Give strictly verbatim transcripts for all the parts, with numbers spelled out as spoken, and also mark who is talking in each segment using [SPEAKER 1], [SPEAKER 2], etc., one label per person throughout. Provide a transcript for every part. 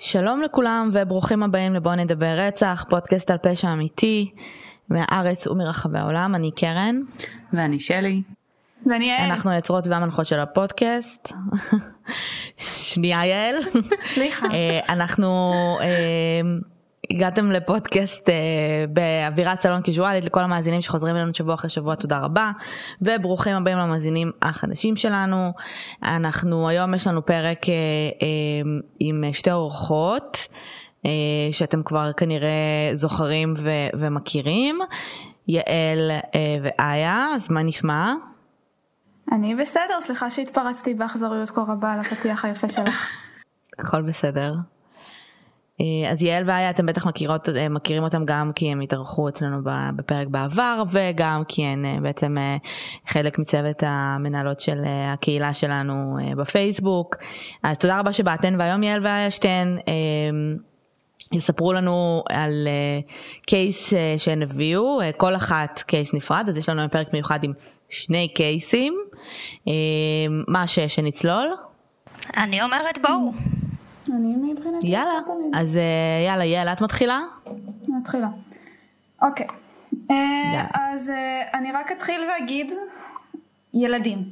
[SPEAKER 1] שלום לכולם וברוכים הבאים לבוא נדבר רצח, פודקאסט על פשע אמיתי מהארץ ומרחבי העולם. אני קרן.
[SPEAKER 2] ואני שלי.
[SPEAKER 3] ואני יעל.
[SPEAKER 1] אנחנו היוצרות והמנחות של הפודקאסט. שנייה יעל.
[SPEAKER 3] סליחה.
[SPEAKER 1] אנחנו הגעתם לפודקאסט באווירת סלון קיזואלית. לכל המאזינים שחוזרים אלינו שבוע אחרי שבוע, תודה רבה, וברוכים הבאים למאזינים החדשים שלנו. אנחנו היום יש לנו פרק עם שתי אורחות שאתם כבר כנראה זוכרים ומכירים, יעל ואיה. אז מה נשמע?
[SPEAKER 3] אני בסדר, סליחה שהתפרצתי באכזריות כה רבה על הפתיח היפה שלך.
[SPEAKER 1] הכל בסדר. אז יעל ואיה, אתם בטח מכירות, מכירים אותם גם כי הם התארחו אצלנו בפרק בעבר, וגם כי הן בעצם חלק מצוות המנהלות של הקהילה שלנו בפייסבוק. אז תודה רבה שבאתן, והיום יעל ואיה שתיהן יספרו לנו על קייס שהן הביאו, כל אחת קייס נפרד, אז יש לנו פרק מיוחד עם שני קייסים. מה שנצלול?
[SPEAKER 4] אני אומרת בואו.
[SPEAKER 3] אני מבחינתי.
[SPEAKER 1] יאללה, אז יאללה, יאללה, את מתחילה?
[SPEAKER 3] מתחילה. אוקיי. אז אני רק אתחיל ואגיד, ילדים.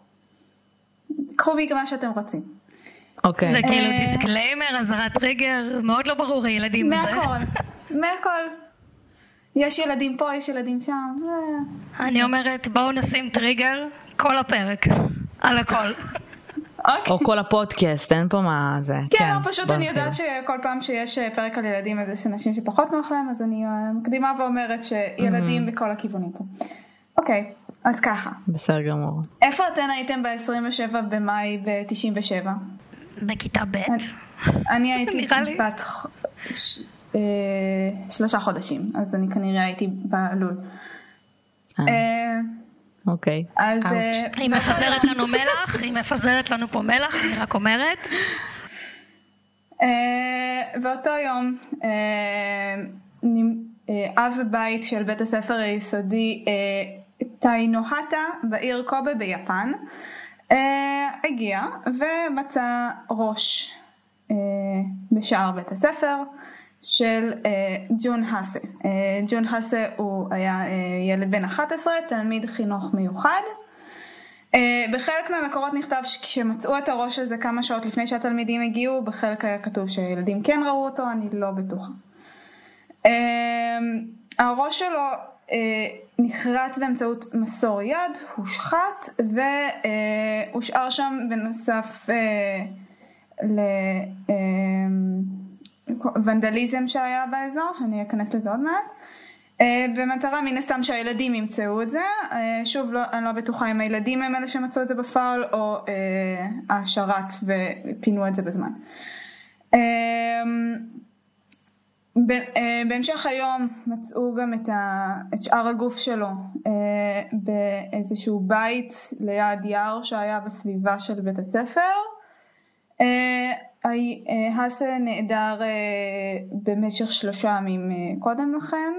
[SPEAKER 3] קחו בי מה שאתם רוצים.
[SPEAKER 1] אוקיי.
[SPEAKER 4] זה כאילו דיסקליימר, אזהרת טריגר, מאוד לא ברור הילדים בזה.
[SPEAKER 3] מהכל, מהכל. יש ילדים פה, יש ילדים שם.
[SPEAKER 4] אני אומרת בואו נשים טריגר כל הפרק, על הכל.
[SPEAKER 1] או כל הפודקאסט, אין פה מה זה.
[SPEAKER 3] כן, פשוט אני יודעת שכל פעם שיש פרק על ילדים, אז יש אנשים שפחות נוח להם, אז אני מקדימה ואומרת שילדים בכל הכיוונים פה. אוקיי, אז ככה.
[SPEAKER 1] בסדר גמור.
[SPEAKER 3] איפה אתן הייתם ב-עשרים ושבעה במאי ב-תשעים ושבע?
[SPEAKER 4] בכיתה ב'.
[SPEAKER 3] אני הייתי בת שלושה חודשים, אז אני כנראה הייתי בלול.
[SPEAKER 1] אוקיי.
[SPEAKER 3] אז
[SPEAKER 4] היא מפזרת לנו מלח, היא מפזרת לנו פה מלח, אני רק אומרת.
[SPEAKER 3] באותו יום אב בית של בית הספר היסודי טאינוהטה בעיר קובה ביפן הגיע ומצא ראש בשער בית הספר של ג'ון האסה. ג'ון האסה הוא היה ילד בן אחת עשרה, תלמיד חינוך מיוחד. בחלק מהמקורות נכתב שכשמצאו את הראש הזה כמה שעות לפני שהתלמידים הגיעו, בחלק היה כתוב שילדים כן ראו אותו, אני לא בטוחה. הראש שלו נחרט באמצעות מסור יד, הושחת והושאר שם בנוסף ל... ונדליזם שהיה באזור, שאני אכנס לזה עוד מעט, במטרה מן הסתם שהילדים ימצאו את זה. שוב, לא, אני לא בטוחה אם הילדים הם אלה שמצאו את זה בפעל, או השרת ופינו את זה בזמן. בהמשך היום מצאו גם את, ה, את שאר הגוף שלו באיזשהו בית ליד יער שהיה בסביבה של בית הספר. האסה נעדר במשך שלושה ימים קודם לכן.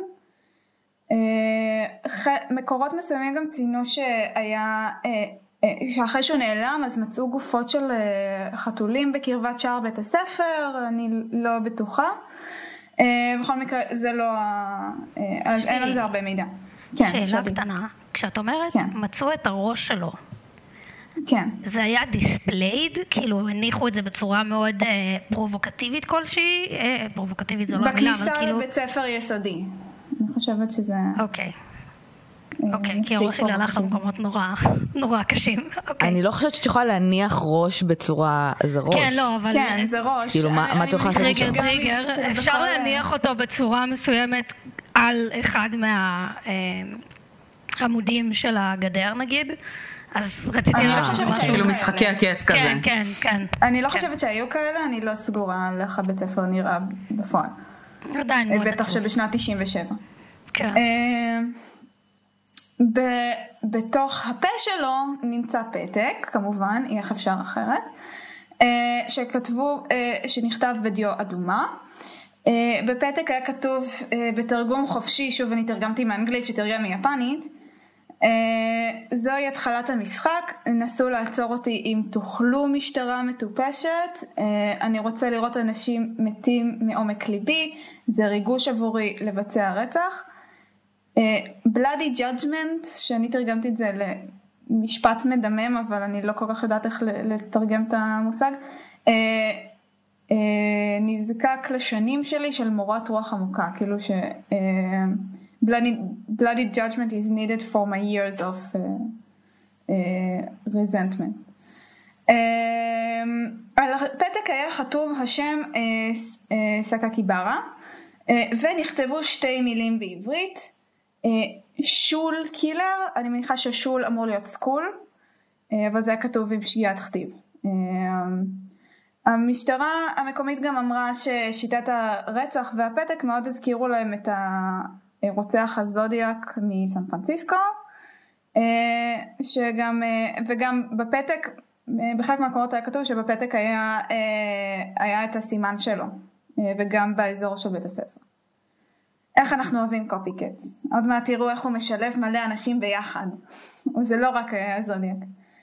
[SPEAKER 3] מקורות מסוימים גם ציינו שהיה, שאחרי שהוא נעלם אז מצאו גופות של חתולים בקרבת שער בית הספר, אני לא בטוחה. בכל מקרה זה לא, אין על זה הרבה מידע.
[SPEAKER 4] שאלה קטנה, כשאת אומרת מצאו את הראש שלו,
[SPEAKER 3] כן.
[SPEAKER 4] זה היה דיספלייד? כאילו הניחו את זה בצורה מאוד אה, פרובוקטיבית כלשהי? אה, פרובוקטיבית זו לא מילה, אבל כאילו...
[SPEAKER 3] בכניסה לבית ספר יסודי. אני חושבת שזה...
[SPEAKER 4] אוקיי. אוקיי, כי הראש שלי הלך למקומות נורא, נורא קשים.
[SPEAKER 1] אני לא חושבת שאת יכולה להניח ראש בצורה... זה ראש.
[SPEAKER 4] כן, לא, אבל...
[SPEAKER 3] כן, זה ראש.
[SPEAKER 1] כאילו, מה את יכולה לעשות?
[SPEAKER 4] טריגר, טריגר. אפשר להניח אותו בצורה מסוימת על אחד מהעמודים של הגדר, נגיד. אז רציתי לראות משהו.
[SPEAKER 2] כאילו משחקי הכס כזה.
[SPEAKER 4] כן, כן, כן.
[SPEAKER 3] אני לא חושבת שהיו כאלה, אני לא סגורה על איך הבית ספר נראה בפועל.
[SPEAKER 4] עדיין מאוד עצוב.
[SPEAKER 3] בטח שבשנת תשעים ושבע.
[SPEAKER 4] כן.
[SPEAKER 3] בתוך הפה שלו נמצא פתק, כמובן, איך אפשר אחרת, שכתבו, שנכתב בדיו אדומה. בפתק היה כתוב בתרגום חופשי, שוב אני תרגמתי מאנגלית שתרגם מיפנית, זוהי התחלת המשחק, נסו לעצור אותי אם תוכלו משטרה מטופשת, אני רוצה לראות אנשים מתים מעומק ליבי, זה ריגוש עבורי לבצע רצח. Bloody Judgment, שאני תרגמתי את זה למשפט מדמם, אבל אני לא כל כך יודעת איך לתרגם את המושג, נזקק לשנים שלי של מורת רוח עמוקה, כאילו ש... Bloody, bloody judgment is needed for my years of uh, uh, resentment. Uh, על הפתק היה חתום השם uh, uh, סקקיברה, uh, ונכתבו שתי מילים בעברית, uh, שול קילר, אני מניחה ששול אמור להיות סקול, uh, אבל זה היה כתוב עם שגיאת כתיב. Uh, המשטרה המקומית גם אמרה ששיטת הרצח והפתק מאוד הזכירו להם את ה... רוצח הזודיאק מסן פרנסיסקו, שגם, וגם בפתק, בחלק מהקורות היה כתוב שבפתק היה, היה את הסימן שלו, וגם באזור של בית הספר. איך אנחנו אוהבים קופי-קטס. עוד מעט תראו איך הוא משלב מלא אנשים ביחד. וזה לא רק הזודיאק.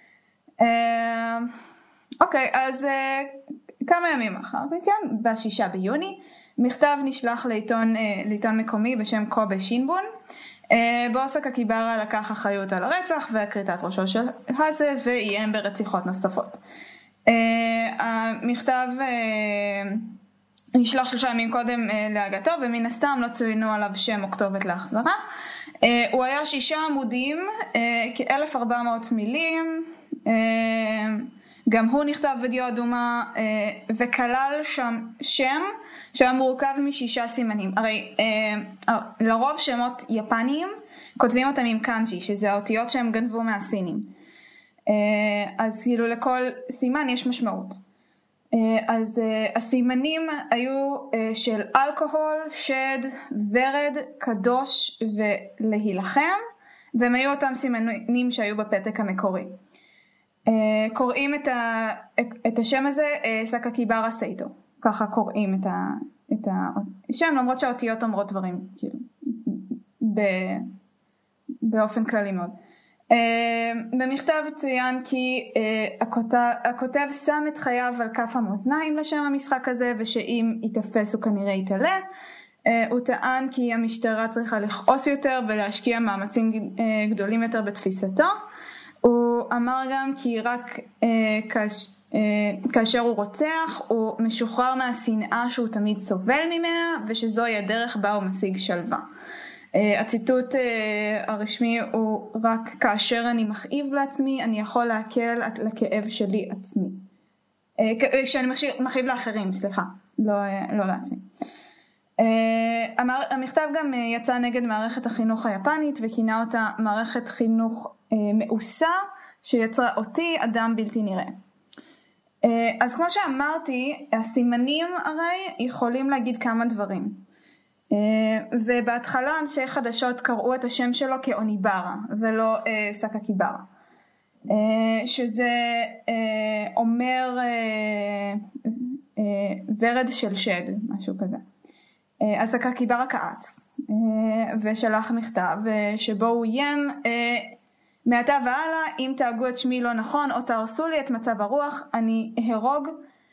[SPEAKER 3] אוקיי, אז כמה ימים אחר מכן, בשישה ביוני, מכתב נשלח לעיתון, לעיתון מקומי בשם קובה שינבון, בו סקקיברה לקח אחריות על הרצח והקריטת ראשו של הזה ואיים ברציחות נוספות. המכתב נשלח שלושה ימים קודם להגעתו, ומן הסתם לא צוינו עליו שם או כתובת להחזרה. הוא היה שישה עמודים, כ-אלף וארבע מאות מילים, גם הוא נכתב בדיו אדומה, וכלל שם שם שהיה מורכב משישה סימנים. הרי לרוב שמות יפניים כותבים אותם עם קאנג'י, שזה האותיות שהם גנבו מהסינים. אז כאילו לכל סימן יש משמעות. אז הסימנים היו של אלכוהול, שד, ורד, קדוש ולהילחם, והם היו אותם סימנים שהיו בפתק המקורי. קוראים את, ה, את השם הזה סקקיברה סייטו, ככה קוראים את, ה, את השם, למרות שהאותיות אומרות דברים כאילו, ב, באופן כללי מאוד. במכתב ציין כי הכותב, הכותב שם את חייו על כף המאזניים לשם המשחק הזה, ושאם יתפס הוא כנראה יתעלה. הוא טען כי המשטרה צריכה לכעוס יותר ולהשקיע מאמצים גדולים יותר בתפיסתו. הוא אמר גם כי רק כש, כאשר הוא רוצח הוא משוחרר מהשנאה שהוא תמיד סובל ממנה, ושזוהי הדרך בה הוא משיג שלווה. הציטוט הרשמי הוא רק כאשר אני מכאיב לעצמי אני יכול להקל לכאב שלי עצמי. כשאני מכאיב לאחרים, סליחה, לא, לא לעצמי. המכתב גם יצא נגד מערכת החינוך היפנית וכינה אותה מערכת חינוך מאוסה שיצרה אותי אדם בלתי נראה. אז כמו שאמרתי, הסימנים הרי יכולים להגיד כמה דברים. ובהתחלה אנשי חדשות קראו את השם שלו כאוניברה ולא סקקיברה, שזה אומר ורד של שד, משהו כזה. אז סקקיברה כעס ושלח מכתב שבו הוא יים מעתה והלאה, אם תאגו את שמי לא נכון או תהרסו לי את מצב הרוח, אני אהרוג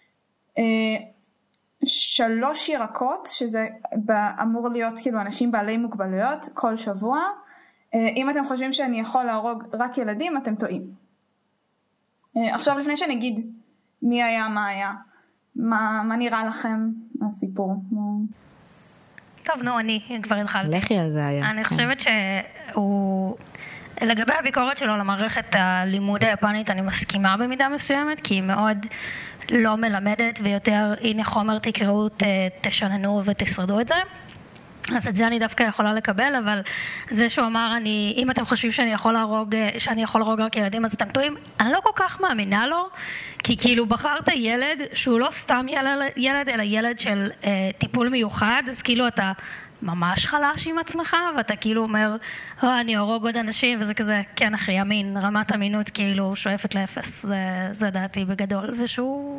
[SPEAKER 3] שלוש ירקות, שזה אמור להיות כאילו אנשים בעלי מוגבלויות כל שבוע. אם אתם חושבים שאני יכול להרוג רק ילדים, אתם טועים. עכשיו לפני שנגיד מי היה, מה היה, מה, מה נראה לכם הסיפור?
[SPEAKER 4] טוב, נו, אני כבר התחלתי.
[SPEAKER 1] לכי על זה היה.
[SPEAKER 4] אני חושבת שהוא... לגבי הביקורת שלו למערכת הלימוד היפנית, אני מסכימה במידה מסוימת, כי היא מאוד לא מלמדת, ויותר, הנה חומר תקראו, תשננו ותשרדו את זה. אז את זה אני דווקא יכולה לקבל, אבל זה שהוא אמר, אני, אם אתם חושבים שאני יכול להרוג, שאני יכול להרוג רק ילדים, אז אתם טועים. אני לא כל כך מאמינה לו, כי כאילו בחרת ילד, שהוא לא סתם ילד, ילד אלא ילד של אה, טיפול מיוחד, אז כאילו אתה ממש חלש עם עצמך, ואתה כאילו אומר, אה, אני ארוג עוד אנשים, וזה כזה, כן אחי, אמין, רמת אמינות כאילו שואפת לאפס, זה, זה דעתי בגדול, ושהוא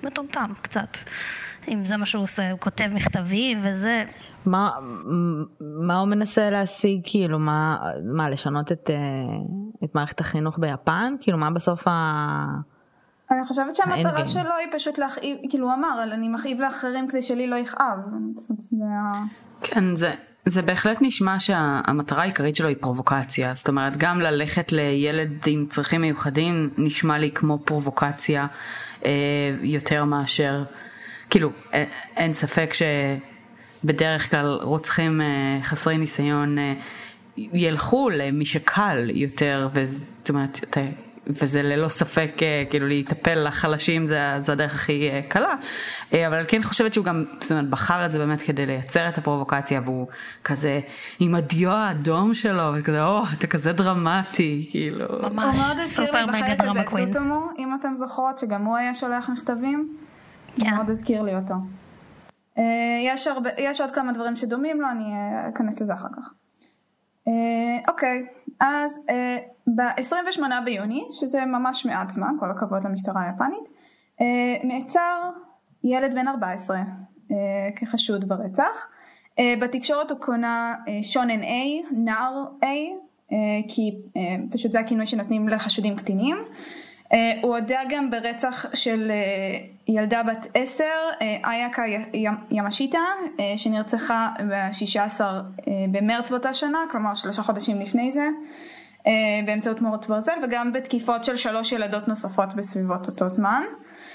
[SPEAKER 4] מטומטם קצת. אם זה מה שהוא עושה, הוא כותב מכתבים וזה.
[SPEAKER 1] מה, מה הוא מנסה להשיג, כאילו, מה, מה, לשנות את, את מערכת החינוך ביפן? כאילו, מה בסוף ה...
[SPEAKER 3] אני חושבת שהמטרה שלו היא פשוט להכאיב, כאילו הוא אמר, אני מכאיב לאחרים כדי שלי לא יכאב.
[SPEAKER 2] כן, זה, זה בהחלט נשמע שהמטרה העיקרית שלו היא פרובוקציה. זאת אומרת, גם ללכת לילד עם צרכים מיוחדים נשמע לי כמו פרובוקציה אה, יותר מאשר, כאילו, אה, אין ספק שבדרך כלל רוצחים אה, חסרי ניסיון אה, ילכו למי שקל יותר, וזאת אומרת, אתה... וזה ללא ספק, כאילו, להיטפל לחלשים, זה, זה הדרך הכי קלה. אבל כן חושבת שהוא גם, זאת אומרת, בחר את זה באמת כדי לייצר את הפרובוקציה, והוא כזה, עם הדיו האדום שלו, וכזה, או, אתה כזה דרמטי, כאילו.
[SPEAKER 4] ממש, סופר מגה דרמה קווין.
[SPEAKER 3] אם אתם זוכרות, שגם הוא היה שולח מכתבים, מאוד הזכיר לי אותו. יש, הרבה, יש עוד כמה דברים שדומים לו, אני אכנס לזה אחר כך. אוקיי, אז ב-עשרים ושמונה ביוני, שזה ממש מעט זמן, כל הכבוד למשטרה היפנית, נעצר ילד בן ארבע עשרה כחשוד ברצח. בתקשורת הוא קונה שונן A, נער A, כי פשוט זה הכינוי שנותנים לחשודים קטינים. הוא הודע גם ברצח של ילדה בת עשר, אייקה ימשיטה, שנרצחה ב-שישה עשר במרץ באותה שנה, כלומר שלושה חודשים לפני זה, באמצעות מורות ברזל, וגם בתקיפות של שלוש ילדות נוספות בסביבות אותו זמן.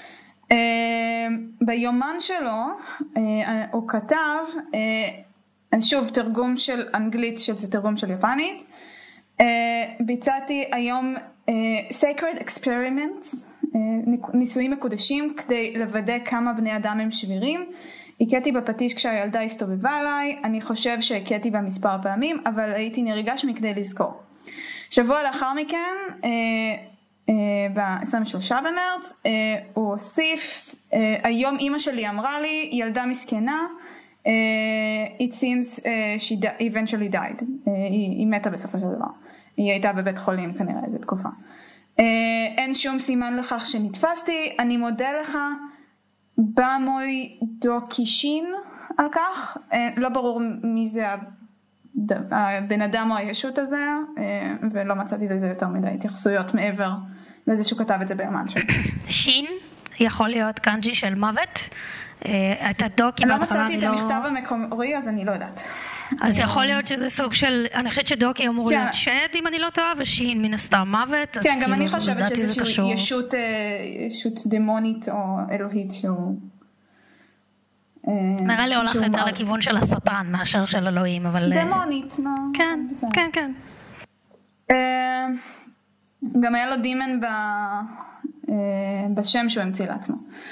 [SPEAKER 3] ביומן שלו הוא כתב, שוב תרגום של אנגלית שזה תרגום של יפנית, ביצעתי היום sacred experiments, ניסויים מקודשים כדי לוודא כמה בני אדם הם שבירים. הכיתי בפטיש כשהילדה הסתובבה עליי, אני חושב שהכיתי בה מספר פעמים, אבל הייתי נרגש מכדי לזכור. שבוע לאחר מכן, ב-עשרים ושלושה במרץ, הוא הוסיף, היום אמא שלי אמרה לי, ילדה מסכנה, it seems she eventually died, היא מתה בסופו של דבר. היא הייתה בבית חולים כנראה איזו תקופה. אין שום סימן לכך שנתפסתי, אני מודה לך, במוי דוקישין על כך, לא ברור מי זה הבן אדם או הישות הזה, ולא מצאתי לזה יותר מדי התייחסויות מעבר לזה שהוא כתב את זה ביומן שלו.
[SPEAKER 4] שין יכול להיות קנג'י של מוות, את הדוקי
[SPEAKER 3] לא מצאתי את המכתב המקורי, אז אני לא יודעת.
[SPEAKER 4] אז יכול להיות שזה סוג של, אני חושבת שדוקי אמור להיות שד, אם אני לא טועה, ושין מן הסתם מוות.
[SPEAKER 3] כן, גם אני חושבת שזה ישות דמונית או אלוהית שהוא...
[SPEAKER 4] נראה לי הולך יותר לכיוון של השטן מאשר של אלוהים, אבל...
[SPEAKER 3] דמונית, נו.
[SPEAKER 4] כן, כן, כן.
[SPEAKER 3] גם היה לו דימן בשם שהוא המציא לעצמו.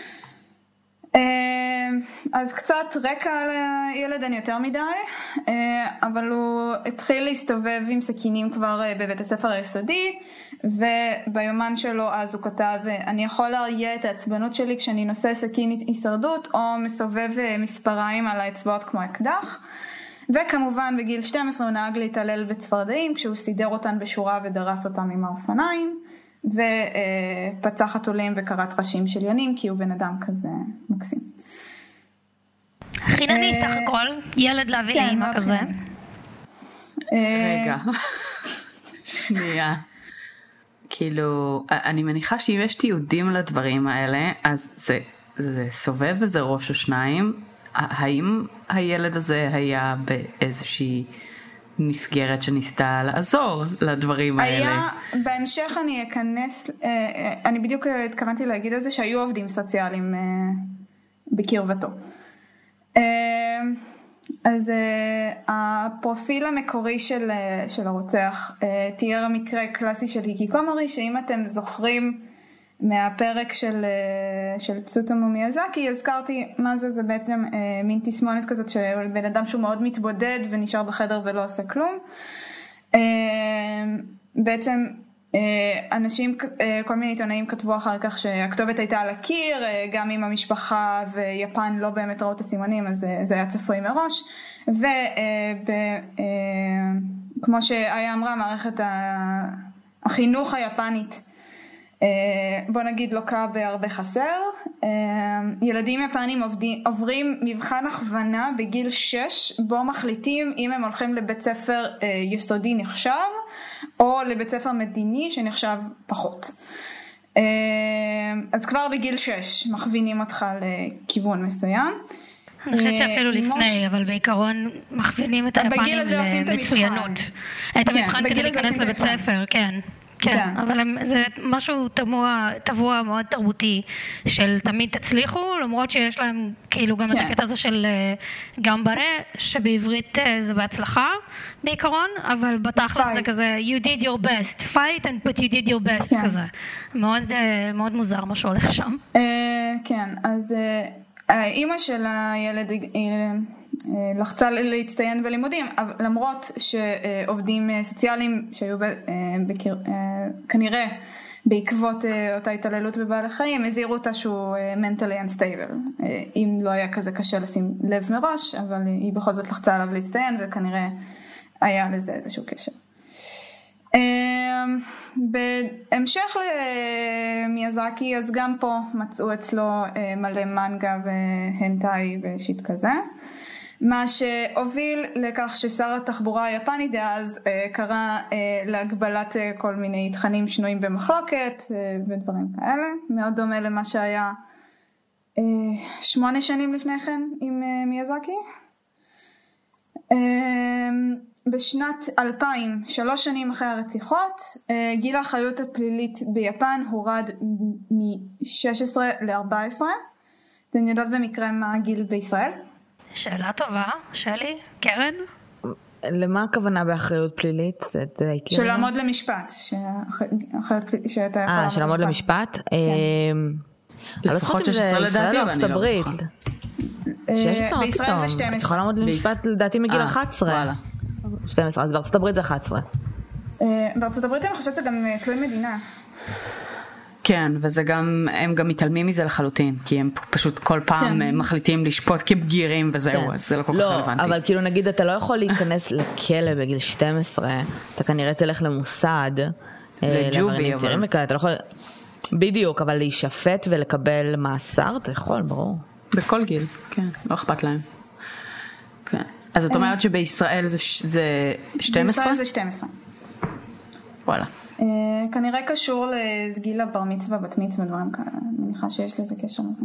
[SPEAKER 3] אז קצת רקע על הילד, אין יותר מדי, אבל הוא התחיל להסתובב עם סכינים כבר בבית הספר היסודי, וביומן שלו אז הוא כתב, אני יכול להרגיע את העצבנות שלי כשאני נושא סכין הישרדות, או מסובב מספריים על האצבעות כמו אקדח. וכמובן בגיל שתים עשרה הוא נהג להתעלל בצפרדעים, כשהוא סידר אותן בשורה ודרס אותם עם האופניים, ופצע חתולים וקראת ראשים של יונים, כי הוא בן אדם כזה מקסים.
[SPEAKER 4] חינני סך הכל, ילד להביא לאמא כזה.
[SPEAKER 2] רגע, שנייה. כאילו, אני מניחה שאם יש תיעודים לדברים האלה, אז זה, זה סובב איזה ראש או שניים. האם הילד הזה היה באיזושהי מסגרת שניסתה לעזור לדברים האלה?
[SPEAKER 3] היה, בהמשך אני אכנס, אני בדיוק התכוונתי להגיד את זה, שהיו עובדים סוציאליים בקרבתו. אז הפרופיל המקורי של, של הרוצח תיאר המקרה קלאסי של היקיקומורי, שאם אתם זוכרים מהפרק של, של צוטומו מיאזקי, הזכרתי מה זה, זה בעצם מין תסמונת כזאת של בן אדם שהוא מאוד מתבודד ונשאר בחדר ולא עושה כלום. בעצם אנשים, כל מיני עיתונאים כתבו אחר כך שהכתובת הייתה על הקיר, גם אם המשפחה ויפן לא באמת ראו את הסימנים, אז זה היה צפוי מראש. וכמו שאיה אמרה, מערכת החינוך היפנית בוא נגיד לוקה בהרבה חסר. ילדים יפנים עוברים מבחן הכוונה בגיל שש, בו מחליטים אם הם הולכים לבית ספר יסודי נחשב, או לבית ספר מדיני שנחשב פחות. אז כבר בגיל שש מכווינים אותך לכיוון מסוים.
[SPEAKER 4] אני חושבת שאפילו לפני, אבל בעיקרון מכווינים את היפנים למצוינות. את המבחן כדי להיכנס לבית ספר, כן. כן, אבל זה משהו תמוה, תבוע מאוד תרבותי של תמיד תצליחו, למרות שיש להם כאילו גם את הקטע הזה של גם ברה, שבעברית זה בהצלחה בעיקרון, אבל בתכלס זה כזה you did your best, fight and but you did your best כזה. מאוד מאוד מוזר מה שהולך שם.
[SPEAKER 3] כן, אז האמא של הילד לחצה להצטיין בלימודים, למרות שעובדים סוציאליים שהיו בקר... כנראה בעקבות אותה התעללות בבעלי חיים, הזהירו אותה שהוא mentally unstable, אם לא היה כזה קשה לשים לב מראש, אבל היא בכל זאת לחצה עליו להצטיין, וכנראה היה לזה איזשהו קשר. בהמשך למיאזקי, אז גם פה מצאו אצלו מלא מנגה והנטאי ושיט כזה, מה שהוביל לכך ששר התחבורה היפני דאז קרא להגבלת כל מיני תכנים שנויים במחלוקת ודברים כאלה, מאוד דומה למה שהיה שמונה שנים לפני כן עם מיאזקי. בשנת אלפיים, שלוש שנים אחרי הרציחות, גיל האחריות הפלילית ביפן הורד מ-שש עשרה ל-ארבע עשרה. אתן יודעות במקרה מה הגיל בישראל?
[SPEAKER 4] שאלה טובה, שלי, קרן?
[SPEAKER 1] למה הכוונה באחריות פלילית?
[SPEAKER 3] של לעמוד למשפט.
[SPEAKER 1] אה, של לעמוד למשפט?
[SPEAKER 2] לפחות שש עשרה לדעתי, אבל אני לא בטוחה.
[SPEAKER 1] שש עשרה פתאום, את יכולה לעמוד למשפט לדעתי מגיל אחת עשרה. שתים עשרה, אז בארצות הברית זה אחת עשרה.
[SPEAKER 3] בארצות הברית אני חושבת שזה גם כלי מדינה.
[SPEAKER 2] כן, וזה גם, הם גם מתעלמים מזה לחלוטין, כי הם פשוט כל פעם מחליטים לשפוט כבגירים וזהו, אז זה לא כל כך רלוונטי.
[SPEAKER 1] לא, אבל כאילו נגיד אתה לא יכול להיכנס לכלא בגיל שתים עשרה, אתה כנראה תלך למוסד,
[SPEAKER 2] לג'ובי, אבל...
[SPEAKER 1] אתה לא יכול... בדיוק, אבל להישפט ולקבל מאסר, אתה יכול, ברור.
[SPEAKER 2] בכל גיל, כן, לא אכפת להם. כן. אז את אומרת שבישראל זה שתים עשרה?
[SPEAKER 3] בישראל זה שתים עשרה.
[SPEAKER 2] וואלה.
[SPEAKER 3] כנראה קשור לגיל הבר מצווה, בת מצווה, דברים כאלה. אני מניחה שיש לזה קשר לזה.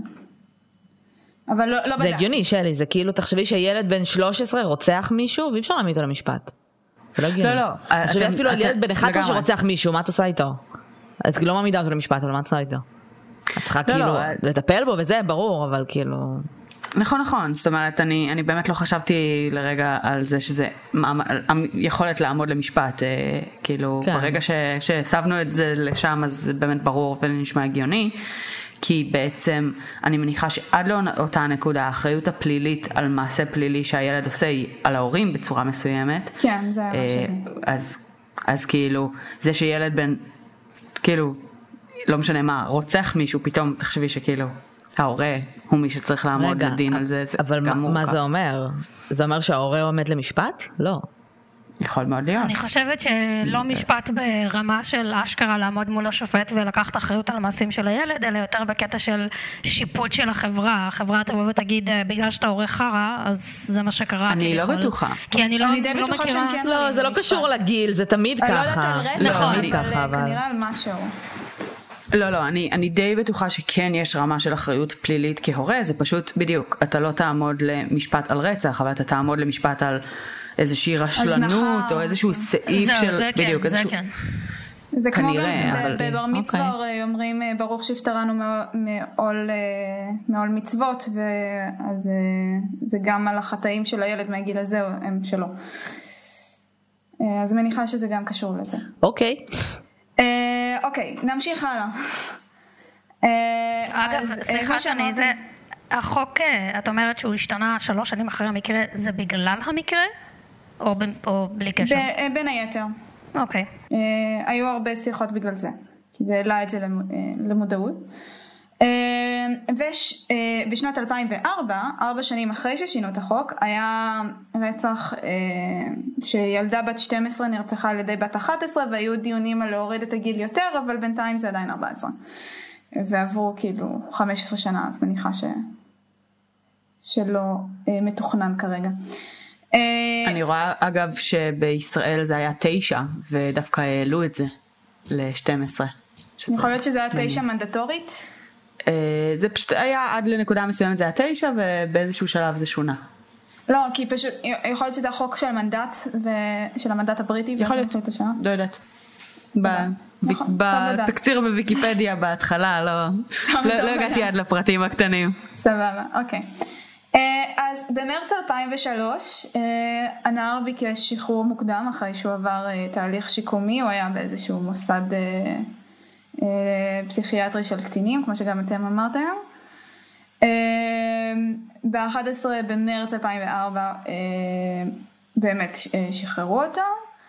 [SPEAKER 3] אבל לא בדק.
[SPEAKER 1] זה הגיוני, שלי, זה כאילו, תחשבי שילד בן שלוש עשרה רוצח מישהו, ואי אפשר להעמיד אותו למשפט. זה לא הגיוני.
[SPEAKER 2] לא, לא.
[SPEAKER 1] תחשבי אפילו על ילד בן אחת עשרה שרוצח מישהו, מה את עושה איתו? אז לא מעמידה אותו למשפט, אבל מה את עושה איתו? את צריכה כאילו לטפל בו וזה, ברור, אבל כאילו...
[SPEAKER 2] נכון, נכון. זאת אומרת, אני, אני באמת לא חשבתי לרגע על זה שזה יכולת לעמוד למשפט. כאילו, כן. ברגע ש, שסבנו את זה לשם, אז זה באמת ברור ונשמע הגיוני. כי בעצם אני מניחה שעד לאותה נקודה, האחריות הפלילית על מעשה פלילי שהילד עושה היא על ההורים בצורה מסוימת.
[SPEAKER 3] כן, זה היה משהו.
[SPEAKER 2] אז, אז כאילו, זה שילד בן, כאילו, לא משנה מה, רוצח מישהו, פתאום תחשבי שכאילו... ההורה הוא מי שצריך לעמוד לדין על זה.
[SPEAKER 1] אבל מה זה אומר? זה אומר שההורה עומד למשפט? לא.
[SPEAKER 2] יכול מאוד להיות.
[SPEAKER 4] אני חושבת שלא משפט ברמה של אשכרה לעמוד מול השופט ולקחת אחריות על המעשים של הילד, אלא יותר בקטע של שיפוט של החברה. החברה תבוא ותגיד, בגלל שאתה הורה חרה, אז זה מה שקרה.
[SPEAKER 2] אני לא בטוחה.
[SPEAKER 4] כי אני לא מכירה.
[SPEAKER 1] לא, זה לא קשור לגיל, זה תמיד ככה.
[SPEAKER 3] נכון, אבל כנראה על משהו.
[SPEAKER 2] לא, לא, אני, אני די בטוחה שכן יש רמה של אחריות פלילית כהורה, זה פשוט בדיוק, אתה לא תעמוד למשפט על רצח, אבל אתה תעמוד למשפט על איזושהי רשלנות, או איזשהו סעיף
[SPEAKER 4] זה,
[SPEAKER 2] של,
[SPEAKER 4] זה
[SPEAKER 2] בדיוק,
[SPEAKER 4] כן,
[SPEAKER 2] איזשהו...
[SPEAKER 4] זה כן.
[SPEAKER 3] זה
[SPEAKER 2] כנראה,
[SPEAKER 3] כמו
[SPEAKER 2] אבל...
[SPEAKER 3] בבר מצווה אומרים, ברוך שפטרנו מעול מצוות, ואז זה גם על החטאים של הילד מהגיל הזה, הם שלו. אז מניחה שזה גם קשור לזה.
[SPEAKER 1] אוקיי.
[SPEAKER 3] אוקיי, נמשיך הלאה.
[SPEAKER 4] אגב, סליחה שאני, זה, החוק, את אומרת שהוא השתנה שלוש שנים אחרי המקרה, זה בגלל המקרה? או בלי קשר?
[SPEAKER 3] בין היתר.
[SPEAKER 4] אוקיי.
[SPEAKER 3] היו הרבה שיחות בגלל זה, כי זה העלה את זה למודעות. ובשנת אלפיים וארבע, ארבע שנים אחרי ששינו את החוק, היה רצח שילדה בת שתים עשרה נרצחה על ידי בת אחת עשרה, והיו דיונים על להוריד את הגיל יותר, אבל בינתיים זה עדיין ארבע עשרה. ועברו כאילו חמש עשרה שנה, אז מניחה ש... שלא מתוכנן כרגע.
[SPEAKER 2] אני רואה אגב שבישראל זה היה תשע, ודווקא העלו את זה ל-שתים עשרה.
[SPEAKER 3] יכול להיות שזה היה תשע מנדטורית?
[SPEAKER 2] זה פשוט היה עד לנקודה מסוימת זה היה תשע, ובאיזשהו שלב זה שונה.
[SPEAKER 3] לא, כי פשוט, יכול להיות שזה החוק של המנדט, של המנדט הבריטי.
[SPEAKER 2] יכול להיות, לא יודעת. בתקציר בוויקיפדיה בהתחלה, לא הגעתי עד לפרטים הקטנים.
[SPEAKER 3] סבבה, אוקיי. אז במרץ אלפיים ושלוש הנער ביקש שחרור מוקדם אחרי שהוא עבר תהליך שיקומי, הוא היה באיזשהו מוסד פסיכיאטרי של קטינים, כמו שגם אתם אמרתם. ב-אחד עשר במרץ אלפיים וארבע באמת שחררו אותו,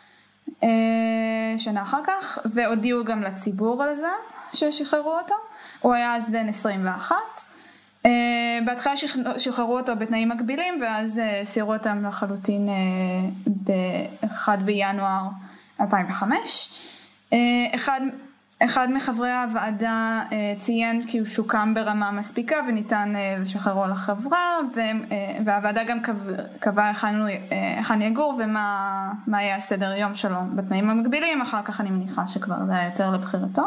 [SPEAKER 3] שנה אחר כך, והודיעו גם לציבור על זה ששחררו אותו. הוא היה אז בן עשרים ואחת. בהתחלה שחררו אותו בתנאים מקבילים, ואז סירו אותם לחלוטין ב-אחד בינואר אלפיים וחמש. אחד, אחד מחברי הוועדה ציין כי הוא שוקם ברמה מספיקה וניתן לשחררו לחברה, והוועדה גם קבעה היכן יגור ומה היה הסדר יום שלו בתנאים המקבילים. אחר כך אני מניחה שכבר זה היה יותר לבחירתו.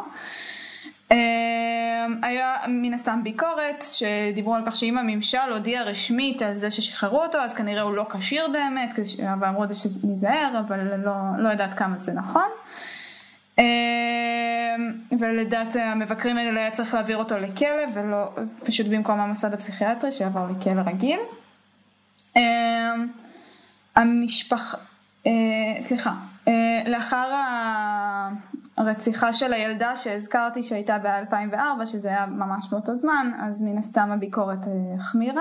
[SPEAKER 3] היה מן הסתם ביקורת שדיברו על כך שאם הממשל הודיע רשמית על זה ששחררו אותו, אז כנראה הוא לא כשיר באמת, ואמרו את זה שנזהר, אבל לא, לא יודעת כמה זה נכון. ולדעת המבקרים האלה היה צריך להעביר אותו לכלא, ולא פשוט במקום המוסד הפסיכיאטרי שיעבור לכלא רגיל. המשפחה, סליחה, לאחר הרציחה של הילדה שהזכרתי שהייתה ב-אלפיים וארבע, שזה היה ממש באותו זמן, אז מן הסתם הביקורת החמירה.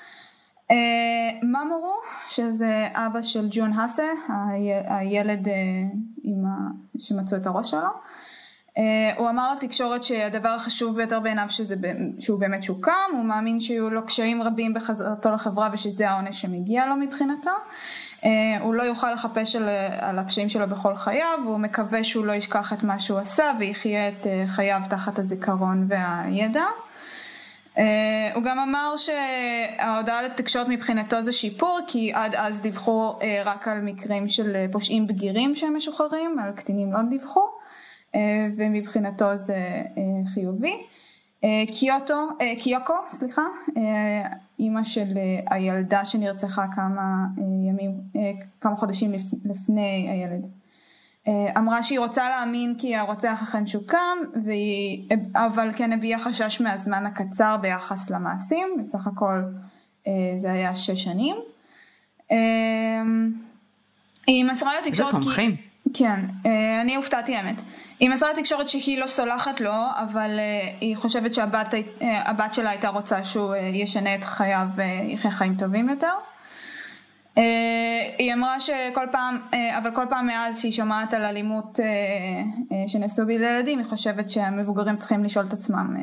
[SPEAKER 3] ממורו, שזה אבא של ג'ון הסה, הילד שמצאו את הראש שלו, הוא אמר לתקשורת שהדבר החשוב ביותר בעיניו שזה, שהוא באמת שוקם, הוא מאמין שיהיו לו קשיים רבים בחזרתו לחברה ושזה העונש שמגיע לו מבחינתו. הוא לא יוכל לחפש על, על הפשעים שלו בכל חייו, והוא מקווה שהוא לא ישכח את מה שהוא עשה ויחיה את חייו תחת הזיכרון והידע. הוא גם אמר שההודעה לתקשורת מבחינתו זה שיפור, כי עד אז דיווחו רק על מקרים של פושעים בגירים שהם משוחררים, על קטינים לא דיווחו, ומבחינתו זה חיובי. קיוטו, קיוקו, סליחה, אימא של הילדה שנרצחה כמה ימים, כמה חודשים לפני הילד, אמרה שהיא רוצה להאמין כי הרוצח אכן שוקם, והיא, אבל כן הביעה חשש מהזמן הקצר ביחס למעשים, בסך הכל זה היה שש שנים. היא מסרה לתקשורת...
[SPEAKER 2] איזה תומכים.
[SPEAKER 3] כן, אני הופתעתי האמת. היא מסרה לתקשורת שהיא לא סולחת לו, אבל היא חושבת שהבת הבת שלה הייתה רוצה שהוא ישנה את חייו ויחיה חיים טובים יותר. היא אמרה שכל פעם, אבל כל פעם מאז שהיא שומעת על אלימות שנעשו בילדים, היא חושבת שהמבוגרים צריכים לשאול את עצמם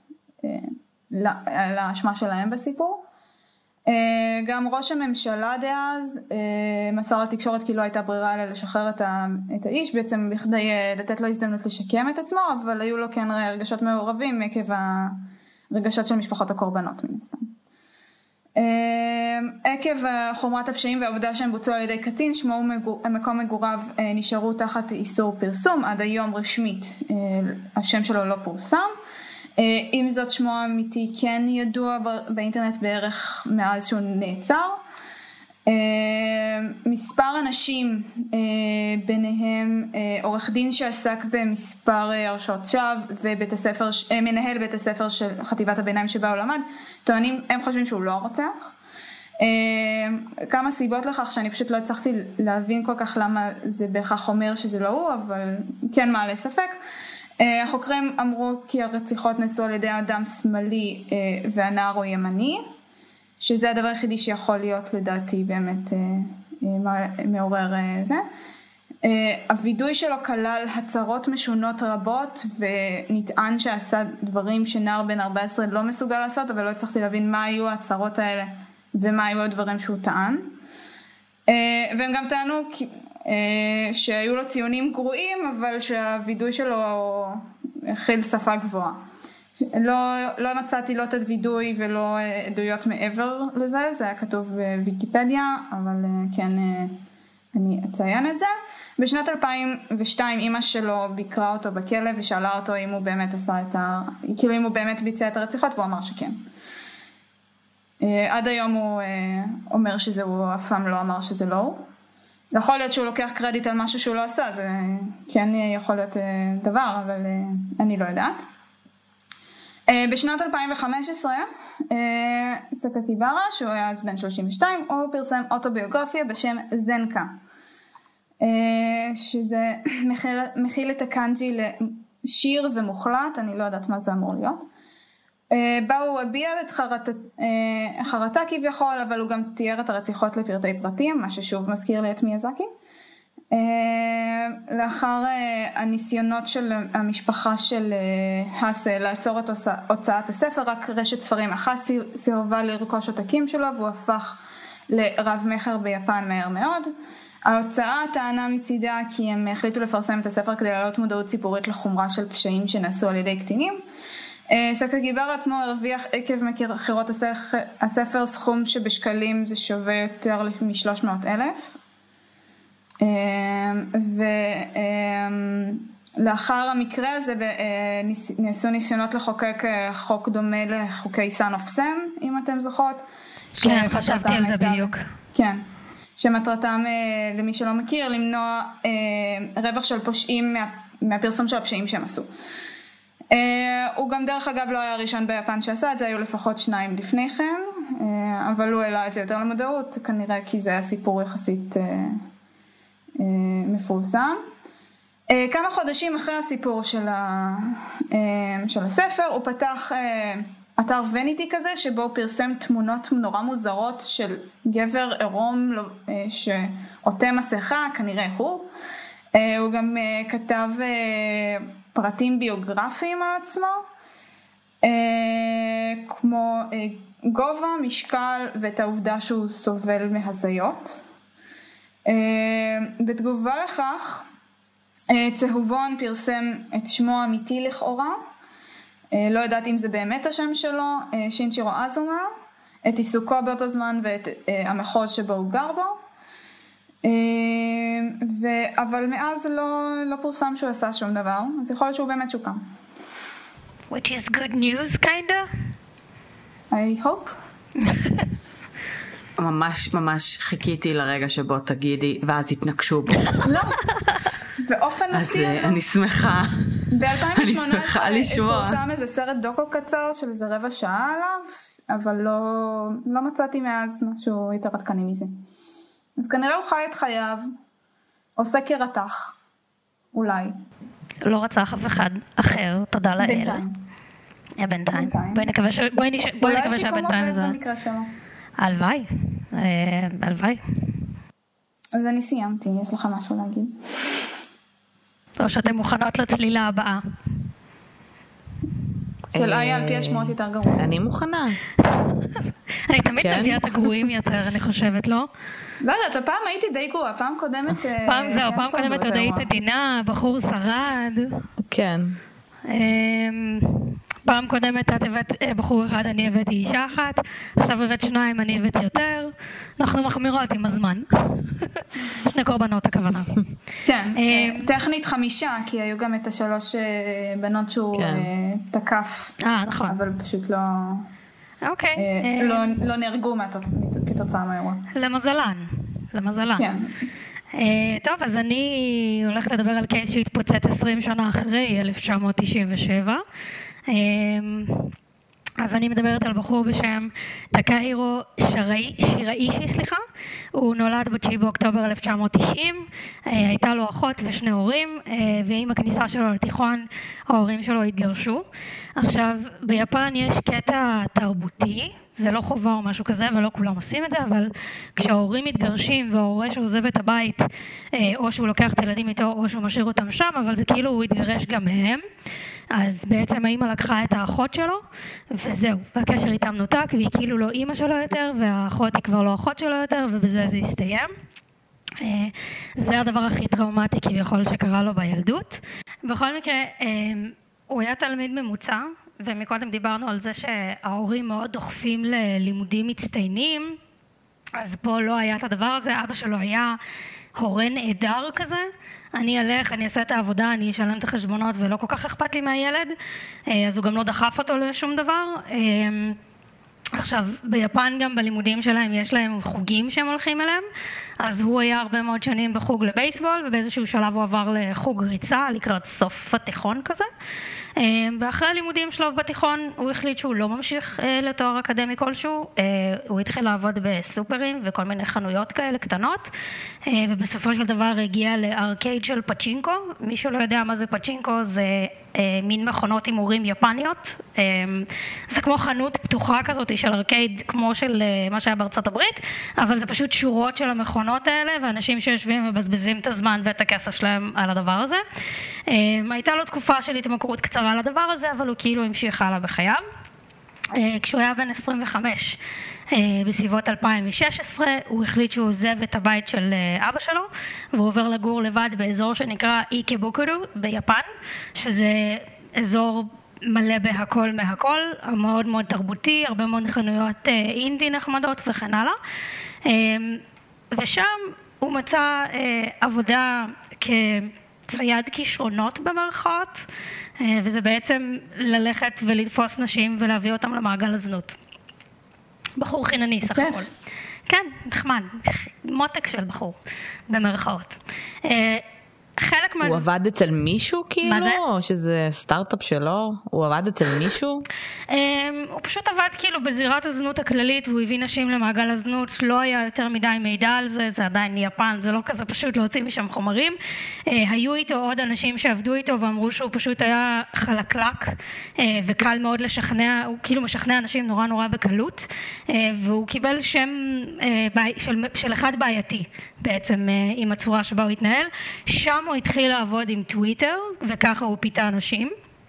[SPEAKER 3] על האשמה שלהם בסיפור. גם ראש הממשלה דאז מסר לתקשורת כי לא הייתה ברירה אלא לשחרר את האיש, בעצם בכדי לתת לו הזדמנות לשקם את עצמו, אבל היו לו כן רגשות מעורבים עקב הרגשות של משפחות הקורבנות מן הסתם. עקב חומרת הפשעים והעובדה שהם בוצעו על ידי קטין, שמו ומקום מגוריו נשארו תחת איסור פרסום. עד היום רשמית השם שלו לא פורסם. עם זאת שמו האמיתי כן ידוע באינטרנט בערך מאז שהוא נעצר. מספר אנשים, ביניהם עורך דין שעסק במספר הרשעות שווא ובית הספר, מנהל בית הספר של חטיבת הביניים שבה הוא למד, טוענים, הם חושבים שהוא לא הרוצח. כמה סיבות לכך שאני פשוט לא הצלחתי להבין כל כך למה זה בהכרח אומר שזה לא הוא, אבל כן מעלה ספק. החוקרים אמרו כי הרציחות נעשו על ידי אדם שמאלי והנער הוא ימני, שזה הדבר היחידי שיכול להיות לדעתי באמת מעורר זה. הווידוי שלו כלל הצהרות משונות רבות, ונטען שעשה דברים שנער בן ארבע עשרה לא מסוגל לעשות, אבל לא הצלחתי להבין מה היו ההצהרות האלה ומה היו הדברים שהוא טען. והם גם טענו שהיו לו ציונים גרועים, אבל שהווידוי שלו הכיל שפה גבוהה. לא, לא מצאתי לא את הווידוי ולא עדויות מעבר לזה, זה היה כתוב בוויקיפדיה, אבל כן אני אציין את זה. בשנת אלפיים ושתיים אמא שלו ביקרה אותו בכלא ושאלה אותו אם הוא באמת עשה את ה... כאילו אם הוא באמת ביצע את הרציחות, והוא אמר שכן. עד היום הוא אומר שזה הוא, אף פעם לא אמר שזה לא הוא. יכול להיות שהוא לוקח קרדיט על משהו שהוא לא עשה, זה כן יכול להיות דבר, אבל אני לא יודעת. בשנת אלפיים וחמש עשרה, סקקיבארה, שהוא היה אז בן שלושים ושתיים, הוא פרסם אוטוביוגרפיה בשם זנקה, שזה מכיל, מכיל את הקאנג'י לשיר ומוחלט, אני לא יודעת מה זה אמור להיות. בה הוא הביע את חרת, חרטה כביכול, אבל הוא גם תיאר את הרציחות לפרטי פרטים, מה ששוב מזכיר לי את מיאזקי. לאחר הניסיונות של המשפחה של האסה לעצור את הוצאת הספר, רק רשת ספרים אחת סירבה לרכוש עותקים שלו, והוא הפך לרב מחר ביפן מהר מאוד. ההוצאה טענה מצידה כי הם החליטו לפרסם את הספר כדי להעלות מודעות ציבורית לחומרה של פשעים שנעשו על ידי קטינים. סקקיבארה עצמו הרוויח עקב מכירות הספר סכום שבשקלים זה שווה יותר מ-שלוש מאות אלף. ולאחר המקרה הזה נעשו ניסיונות לחוקק חוק דומה לחוקי סן אוף סם, אם אתם זוכרות.
[SPEAKER 4] כן, חשבתי על זה בדיוק.
[SPEAKER 3] כן, שמטרתם, למי שלא מכיר, למנוע רווח של פושעים מהפרסום של הפשעים שהם עשו. הוא גם דרך אגב לא היה הראשון ביפן שעשה את זה, היו לפחות שניים לפני כן, אבל הוא העלה את זה יותר למודעות, כנראה כי זה היה סיפור יחסית מפורסם. כמה חודשים אחרי הסיפור של, ה, של הספר, הוא פתח אתר וניטי כזה, שבו הוא פרסם תמונות נורא מוזרות של גבר עירום שעוטה מסכה, כנראה הוא. הוא גם כתב פרטים ביוגרפיים על עצמו, כמו גובה, משקל ואת העובדה שהוא סובל מהזיות. בתגובה לכך, צהובון פרסם את שמו האמיתי לכאורה, לא יודעת אם זה באמת השם שלו, שינצ'ירו אזומה, את עיסוקו באותו זמן ואת המחוז שבו הוא גר בו, ו... אבל מאז לא, לא פורסם שהוא עשה שום דבר, אז יכול להיות שהוא באמת שוקם.
[SPEAKER 4] Which is good news, kinda?
[SPEAKER 3] I hope.
[SPEAKER 2] ממש ממש חיכיתי לרגע שבו תגידי, ואז התנקשו בו.
[SPEAKER 3] לא, באופן
[SPEAKER 2] מפתיע. אז אני שמחה,
[SPEAKER 3] ב-אלפיים ושמונה עשרה
[SPEAKER 2] אני שמחה לשמוע.
[SPEAKER 3] פורסם איזה סרט דוקו קצר של איזה רבע שעה עליו, אבל לא, לא מצאתי מאז משהו יותר עדכני מזה. אז כנראה הוא חי את חייו, עושה כרתח, אולי.
[SPEAKER 4] לא רצח אף אחד אחר, תודה לאל.
[SPEAKER 3] בינתיים.
[SPEAKER 4] בינתיים. בואי נקווה שהבינתיים זה... הלוואי, הלוואי.
[SPEAKER 3] אז אני סיימתי, יש לך משהו להגיד?
[SPEAKER 4] או שאתם מוכנות לצלילה הבאה.
[SPEAKER 3] של איה על פי השמועות יותר גרוע.
[SPEAKER 1] אני מוכנה.
[SPEAKER 4] אני תמיד מביאה את הגרועים יותר, אני חושבת, לא?
[SPEAKER 3] לא יודעת, הפעם הייתי די גרועה, פעם קודמת...
[SPEAKER 4] פעם זהו, פעם קודמת עוד היית עדינה, בחור שרד.
[SPEAKER 1] כן.
[SPEAKER 4] פעם קודמת את הבאת בחור אחד, אני הבאתי אישה אחת, עכשיו הבאת שניים, אני הבאתי יותר. אנחנו מחמירות עם הזמן. שני קורבנות הכוונה.
[SPEAKER 3] כן, טכנית חמישה, כי היו גם את השלוש בנות שהוא תקף.
[SPEAKER 4] אה, נכון.
[SPEAKER 3] אבל פשוט לא...
[SPEAKER 4] אוקיי.
[SPEAKER 3] לא נהרגו כתוצאה מהאירוע.
[SPEAKER 4] למזלן. למזלן.
[SPEAKER 3] כן.
[SPEAKER 4] טוב, אז אני הולכת לדבר על קייס שהתפוצץ עשרים שנה אחרי אלף תשע מאות תשעים ושבע. אז אני מדברת על בחור בשם טקהירו שיראישי, סליחה. הוא נולד בתשיעי באוקטובר אלף תשע מאות תשעים, הייתה לו אחות ושני הורים, ועם הכניסה שלו לתיכון ההורים שלו התגרשו. עכשיו, ביפן יש קטע תרבותי, זה לא חובה או משהו כזה, ולא כולם עושים את זה, אבל כשההורים מתגרשים וההורה שעוזב את הבית, או שהוא לוקח את הילדים איתו, או שהוא משאיר אותם שם, אבל זה כאילו הוא התגרש גם מהם. אז בעצם האמא לקחה את האחות שלו, וזהו, והקשר איתם נותק, והיא כאילו לא אמא שלו יותר, והאחות היא כבר לא אחות שלו יותר, ובזה זה הסתיים. זה הדבר הכי טראומטי כביכול שקרה לו בילדות. בכל מקרה, הוא היה תלמיד ממוצע, ומקודם דיברנו על זה שההורים מאוד דוחפים ללימודים מצטיינים, אז פה לא היה את הדבר הזה, אבא שלו היה הורה נהדר כזה, אני אלך, אני אעשה את העבודה, אני אשלם את החשבונות ולא כל כך אכפת לי מהילד, אז הוא גם לא דחף אותו לשום דבר. עכשיו, ביפן גם בלימודים שלהם יש להם חוגים שהם הולכים אליהם, אז הוא היה הרבה מאוד שנים בחוג לבייסבול, ובאיזשהו שלב הוא עבר לחוג ריצה לקראת סוף התיכון כזה, ואחרי הלימודים שלו בתיכון הוא החליט שהוא לא ממשיך לתואר אקדמי כלשהו, הוא התחיל לעבוד בסופרים וכל מיני חנויות כאלה קטנות, ובסופו של דבר הגיע לארקייד של פצ'ינקו. מי שלא יודע מה זה פצ'ינקו, זה מין מכונות הימורים יפניות, זה כמו חנות פתוחה כזאת של ארקייד כמו של מה שהיה בארצות הברית, אבל זה פשוט שורות של המכונות האלה, ואנשים שיושבים מבזבזים את הזמן ואת הכסף שלהם על הדבר הזה. הייתה לו תקופה של התמכרות קצרה לדבר הזה, אבל הוא כאילו המשיך הלאה בחייו. כשהוא היה בן עשרים וחמש, בסביבות אלפיים ושש עשרה, הוא החליט שהוא עוזב את הבית של אבא שלו, והוא עובר לגור לבד באזור שנקרא איקבוקורו ביפן, שזה אזור מלא בהכל מהכל, מאוד מאוד תרבותי, הרבה מאוד חנויות אינדי נחמדות וכן הלאה. ושם הוא מצא עבודה כצייד כישרונות במרכאות, וזה בעצם ללכת ולתפוס נשים ולהביא אותם למעגל הזנות. בחור חינני סך הכל. כן, נחמד. מותק של בחור, במרכאות. חלק מה...
[SPEAKER 1] הוא עבד אצל מישהו כאילו?
[SPEAKER 4] מה זה?
[SPEAKER 1] או שזה סטארט-אפ שלו? הוא עבד אצל מישהו?
[SPEAKER 4] הוא פשוט עבד כאילו בזירת הזנות הכללית, והוא הביא נשים למעגל הזנות, לא היה יותר מדי מידע על זה, זה עדיין יפן, זה לא כזה פשוט להוציא משם חומרים. היו איתו עוד אנשים שעבדו איתו ואמרו שהוא פשוט היה חלקלק, וקל מאוד לשכנע, הוא כאילו משכנע אנשים נורא נורא בקלות, והוא קיבל שם של, של אחד בעייתי בעצם עם הצורה שבה הוא התנהל. שם הוא התחיל לעבוד עם טוויטר, וככה הוא פיתה אנשים.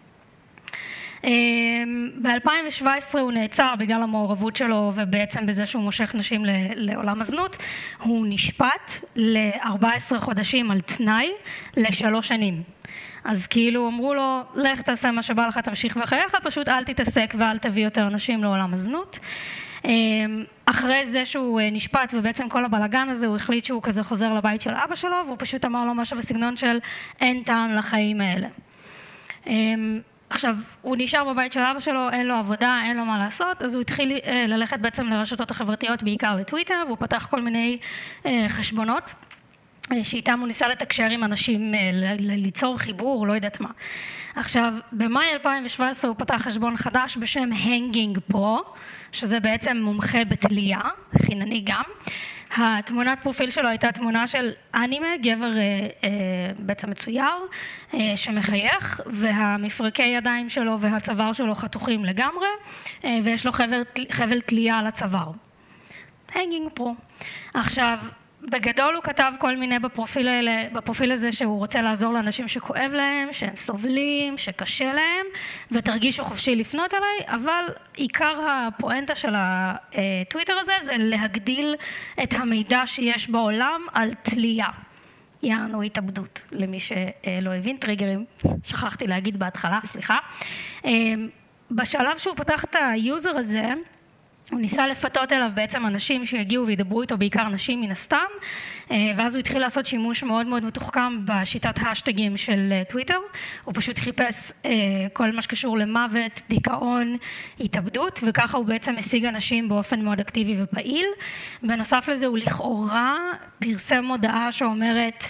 [SPEAKER 4] ב-אלפיים שבע עשרה הוא נעצר בגלל המעורבות שלו, ובעצם בזה שהוא מושך נשים לעולם הזנות. הוא נשפט ל-ארבעה עשר חודשים על תנאי לשלוש שנים. אז כאילו אמרו לו, לך תעשה מה שבא לך, תמשיך בחייך, פשוט אל תתעסק ואל תביא יותר אנשים לעולם הזנות. אחרי זה שהוא נשפט ובעצם כל הבלגן הזה, הוא החליט שהוא כזה חוזר לבית של אבא שלו, והוא פשוט אמר לו משהו בסגנון של אין טעם לחיים האלה. עכשיו, הוא נשאר בבית של אבא שלו, אין לו עבודה, אין לו מה לעשות, אז הוא התחיל ללכת בעצם לרשתות החברתיות, בעיקר לטוויטר, והוא פתח כל מיני חשבונות, שאיתם הוא ניסה לתקשר עם אנשים, ליצור חיבור, לא יודעת מה. עכשיו, במאי אלפיים שבע עשרה הוא פתח חשבון חדש בשם Hanging Pro, שזה בעצם מומחה בתלייה, חינני גם. התמונת פרופיל שלו הייתה תמונה של אנימה, גבר אה, אה, בעצם מצויר, אה, שמחייך, והמפרקי ידיים שלו והצוואר שלו חתוכים לגמרי, אה, ויש לו חבל, חבל תלייה על הצוואר. Hanging Pro. עכשיו, בגדול הוא כתב כל מיני בפרופיל, האלה, בפרופיל הזה שהוא רוצה לעזור לאנשים שכואב להם, שהם סובלים, שקשה להם, ותרגישו חופשי לפנות אליי, אבל עיקר הפואנטה של הטוויטר הזה זה להגדיל את המידע שיש בעולם על תלייה. יענו התאבדות, למי שלא הבין, טריגרים, שכחתי להגיד בהתחלה, סליחה. בשלב שהוא פתח את היוזר הזה, הוא ניסה לפתות אליו בעצם אנשים שיגיעו וידברו איתו, בעיקר נשים מן הסתם, ואז הוא התחיל לעשות שימוש מאוד מאוד מתוחכם בשיטת האשטגים של טוויטר. הוא פשוט חיפש כל מה שקשור למוות, דיכאון, התאבדות, וככה הוא בעצם השיג אנשים באופן מאוד אקטיבי ופעיל. בנוסף לזה הוא לכאורה פרסם מודעה שאומרת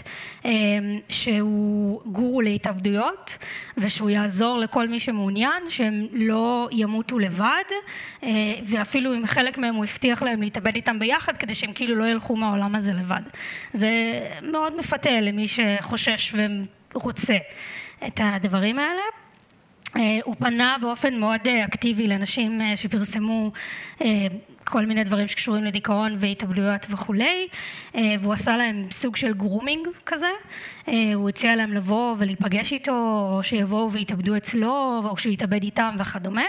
[SPEAKER 4] שהוא גורו להתאבדויות, ושהוא יעזור לכל מי שמעוניין, שהם לא ימותו לבד, ואפילו אם חלק מהם הוא הבטיח להם להתאבד איתם ביחד, כדי שהם כאילו לא ילכו מהעולם הזה לבד. זה מאוד מפתה למי שחושש ורוצה את הדברים האלה. הוא פנה באופן מאוד אקטיבי לאנשים שפרסמו כל מיני דברים שקשורים לדיכאון והתאבדויות וכולי, והוא עשה להם סוג של גרומינג כזה. הוא הציע להם לבוא ולהיפגש איתו, או שיבואו ויתאבדו אצלו, או שהוא יתאבד איתם וכדומה.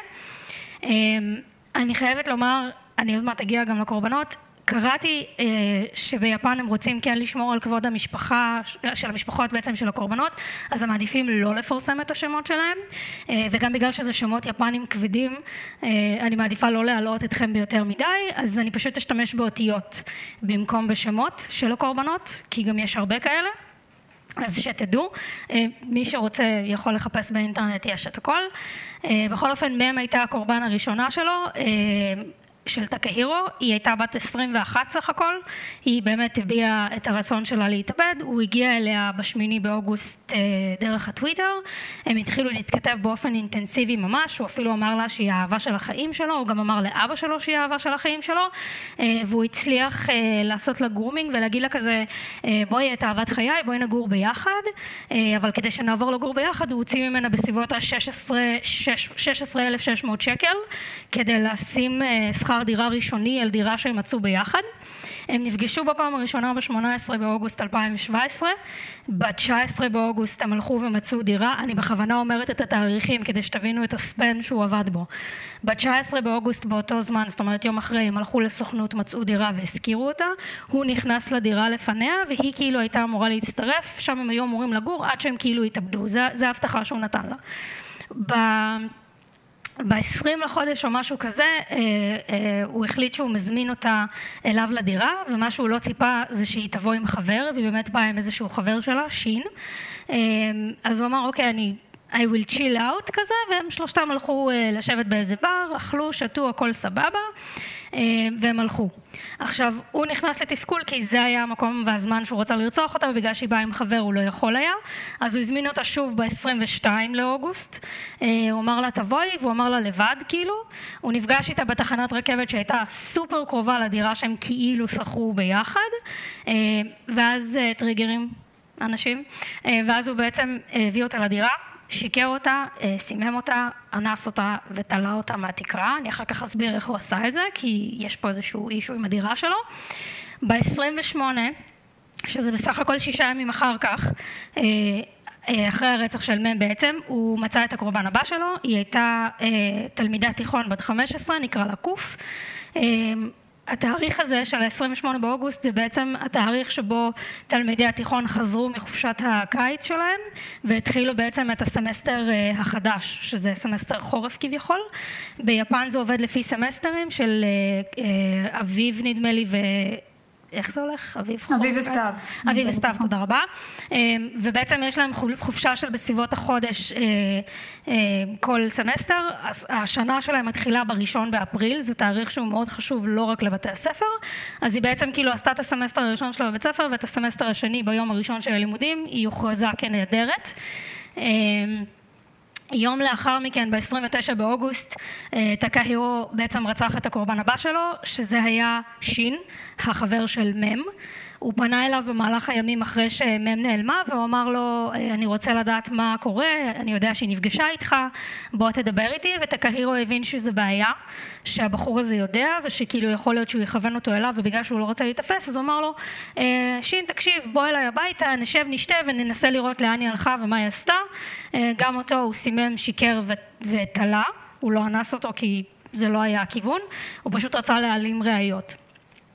[SPEAKER 4] אני חייבת לומר, אני עוד מעט אגיע גם לקורבנות, קראתי אה, שביפן הם רוצים כן לשמור על כבוד המשפחה, של המשפחות בעצם של הקורבנות, אז הם מעדיפים לא לפרסם את השמות שלהם, אה, וגם בגלל שזה שמות יפנים כבדים, אה, אני מעדיפה לא להעלות אתכם ביותר מדי, אז אני פשוט אשתמש באותיות במקום בשמות של הקורבנות, כי גם יש הרבה כאלה. אז שתדעו, מי שרוצה יכול לחפש באינטרנט, יש את הכל. בכל אופן, מם הייתה הקורבן הראשונה שלו, של טקהירו, היא הייתה בת עשרים ואחת סך הכל, היא באמת הביעה את הרצון שלה להתאבד, הוא הגיע אליה בשמיני באוגוסט דרך הטוויטר, הם התחילו להתכתב באופן אינטנסיבי ממש, הוא אפילו אמר לה שהיא האהבה של החיים שלו, הוא גם אמר לאבא שלו שהיא האהבה של החיים שלו, והוא הצליח לעשות לה גרומינג ולהגיד לה כזה, בואי את אהבת חיי, בואי נגור ביחד, אבל כדי שנעבור לגור ביחד, הוא הוציא ממנה בסביבות ה-שש עשרה אלף ושש מאות שקל, כדי לשים שכר דירה ראשוני על דירה שהם מצאו ביחד. הם נפגשו בפעם הראשונה ב-שמונה עשרה באוגוסט אלפיים שבע עשרה, ב-תשע עשרה באוגוסט הם הלכו ומצאו דירה, אני בכוונה אומרת את התאריכים כדי שתבינו את הספן שהוא עבד בו. ב-תשע עשרה באוגוסט באותו זמן, זאת אומרת יום אחרי, הם הלכו לסוכנות, מצאו דירה והזכירו אותה, הוא נכנס לדירה לפניה והיא כאילו הייתה אמורה להצטרף, שם הם היו אמורים לגור עד שהם כאילו התאבדו, זה, זה ההבטחה שהוא נתן לה. ב... ב-עשרים לחודש או משהו כזה, אה, אה, הוא החליט שהוא מזמין אותה אליו לדירה, ומה שהוא לא ציפה זה שהיא תבוא עם חבר, והיא באמת באה עם איזשהו חבר שלה, שין. אה, אז הוא אמר, אוקיי, אני, I will chill out כזה, והם שלושתם הלכו אה, לשבת באיזה בר, אכלו, שתו, הכל סבבה, אה, והם הלכו. עכשיו, הוא נכנס לתסכול, כי זה היה המקום והזמן שהוא רוצה לרצוח אותה, ובגלל שהיא באה עם חבר הוא לא יכול היה, אז הוא הזמין אותה שוב ב-עשרים ושניים לאוגוסט, הוא אמר לה תבואי, והוא אמר לה לבד כאילו, הוא נפגש איתה בתחנת רכבת שהייתה סופר קרובה לדירה שהם כאילו שכרו ביחד, ואז טריגרים אנשים, ואז הוא בעצם הביא אותה לדירה, שיקר אותה, סימם אותה, אנס אותה ותלה אותה מהתקרה. אני אחר כך אסביר איך הוא עשה את זה, כי יש פה איזשהו אישו עם הדירה שלו. ב-עשרים ושמונה, שזה בסך הכל שישה ימים אחר כך, אחרי הרצח של מם בעצם, הוא מצא את הקורבן הבא שלו. היא הייתה תלמידת תיכון בת חמש עשרה, נקרא לה קוף. התאריך הזה של ה-עשרים ושמונה באוגוסט זה בעצם התאריך שבו תלמידי התיכון חזרו מחופשת הקיץ שלהם והתחילו בעצם את הסמסטר החדש, שזה סמסטר חורף כביכול. ביפן זה עובד לפי סמסטרים של אביב נדמה לי ו... איך זה הולך? אביב חורף?
[SPEAKER 3] אביב וסתיו.
[SPEAKER 4] אביב וסתיו, תודה רבה. ובעצם יש להם חופשה של בסביבות החודש כל סמסטר. השנה שלהם מתחילה בראשון באפריל, זה תאריך שהוא מאוד חשוב לא רק לבתי הספר. אז היא בעצם כאילו עשתה את הסמסטר הראשון שלה בבית ספר, ואת הסמסטר השני ביום הראשון של הלימודים, היא הוכרזה כנהדרת. יום לאחר מכן, ב-עשרים ותשעה באוגוסט, טקהירו בעצם רצח את הקורבן הבא שלו, שזה היה שין, החבר של מם. הוא פנה אליו במהלך הימים אחרי שמם נעלמה, והוא אמר לו, אני רוצה לדעת מה קורה, אני יודע שהיא נפגשה איתך, בוא תדבר איתי, וטקהירו הבין שזה בעיה, שהבחור הזה יודע, ושכאילו יכול להיות שהוא יכוון אותו אליו, ובגלל שהוא לא רוצה להתאפס, אז הוא אמר לו, שין, תקשיב, בוא אליי הביתה, נשב, נשתה, וננסה לראות לאן היא הלכה ומה היא עשתה. גם אותו הוא סימם, שיקר ותלה, הוא לא אנס אותו כי זה לא היה הכיוון, הוא פשוט רצה להעלים ראיות.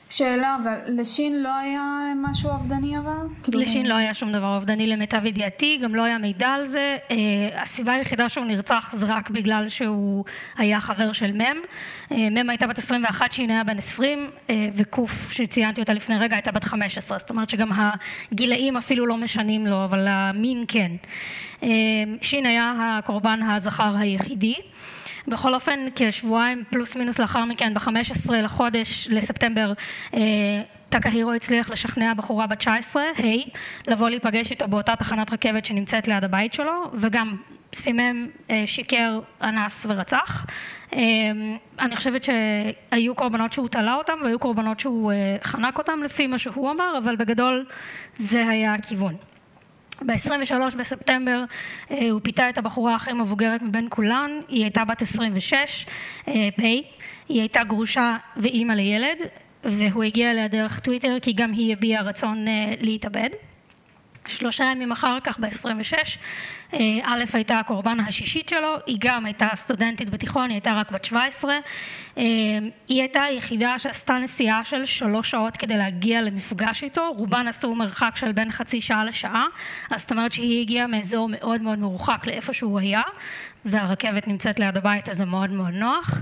[SPEAKER 3] שאלה, אבל לשין לא היה משהו אובדני אבל?
[SPEAKER 4] לשין לא היה שום דבר אובדני למיטב ידיעתי, גם לא היה מידע על זה. הסיבה היחידה שהוא נרצח זה רק בגלל שהוא היה חבר של מם. מם הייתה בת עשרים ואחת, שין היה בן עשרים, וקוף שציינתי אותה לפני רגע הייתה בת חמש עשרה. זאת אומרת שגם הגילאים אפילו לא משנים לו, אבל המין כן. שין היה הקורבן הזכר היחידי. בכל אופן, כשבועיים פלוס מינוס לאחר מכן, ב-חמישה עשר לחודש לספטמבר, טאקהירו הצליח לשכנע בחורה בת תשע עשרה, היי, לבוא להיפגש איתו באותה תחנת רכבת שנמצאת ליד הבית שלו, וגם סימם, שיקר, אנס ורצח. אני חושבת שהיו קורבנות שהוא תלה אותם, והיו קורבנות שהוא חנק אותם לפי מה שהוא אמר, אבל בגדול זה היה הכיוון. ב-עשרים ושלושה בספטמבר הוא פיתה את הבחורה הכי מבוגרת מבין כולן, היא הייתה בת עשרים ושש, פי, היא הייתה גרושה ואימא לילד, והוא הגיע אליה דרך טוויטר כי גם היא הביעה רצון להתאבד. שלושה ימים אחר כך ב-עשרים ושש, א' הייתה הקורבן השישית שלו, היא גם הייתה סטודנטית בתיכון, היא הייתה רק בת שבע עשרה, היא הייתה היחידה שעשתה נסיעה של שלוש שעות כדי להגיע למפגש איתו, רובן עשו מרחק של בין חצי שעה לשעה, אז זאת אומרת שהיא הגיעה מאזור מאוד מאוד מרוחק לאיפה שהוא היה, והרכבת נמצאת ליד הבית, אז זה מאוד מאוד נוח.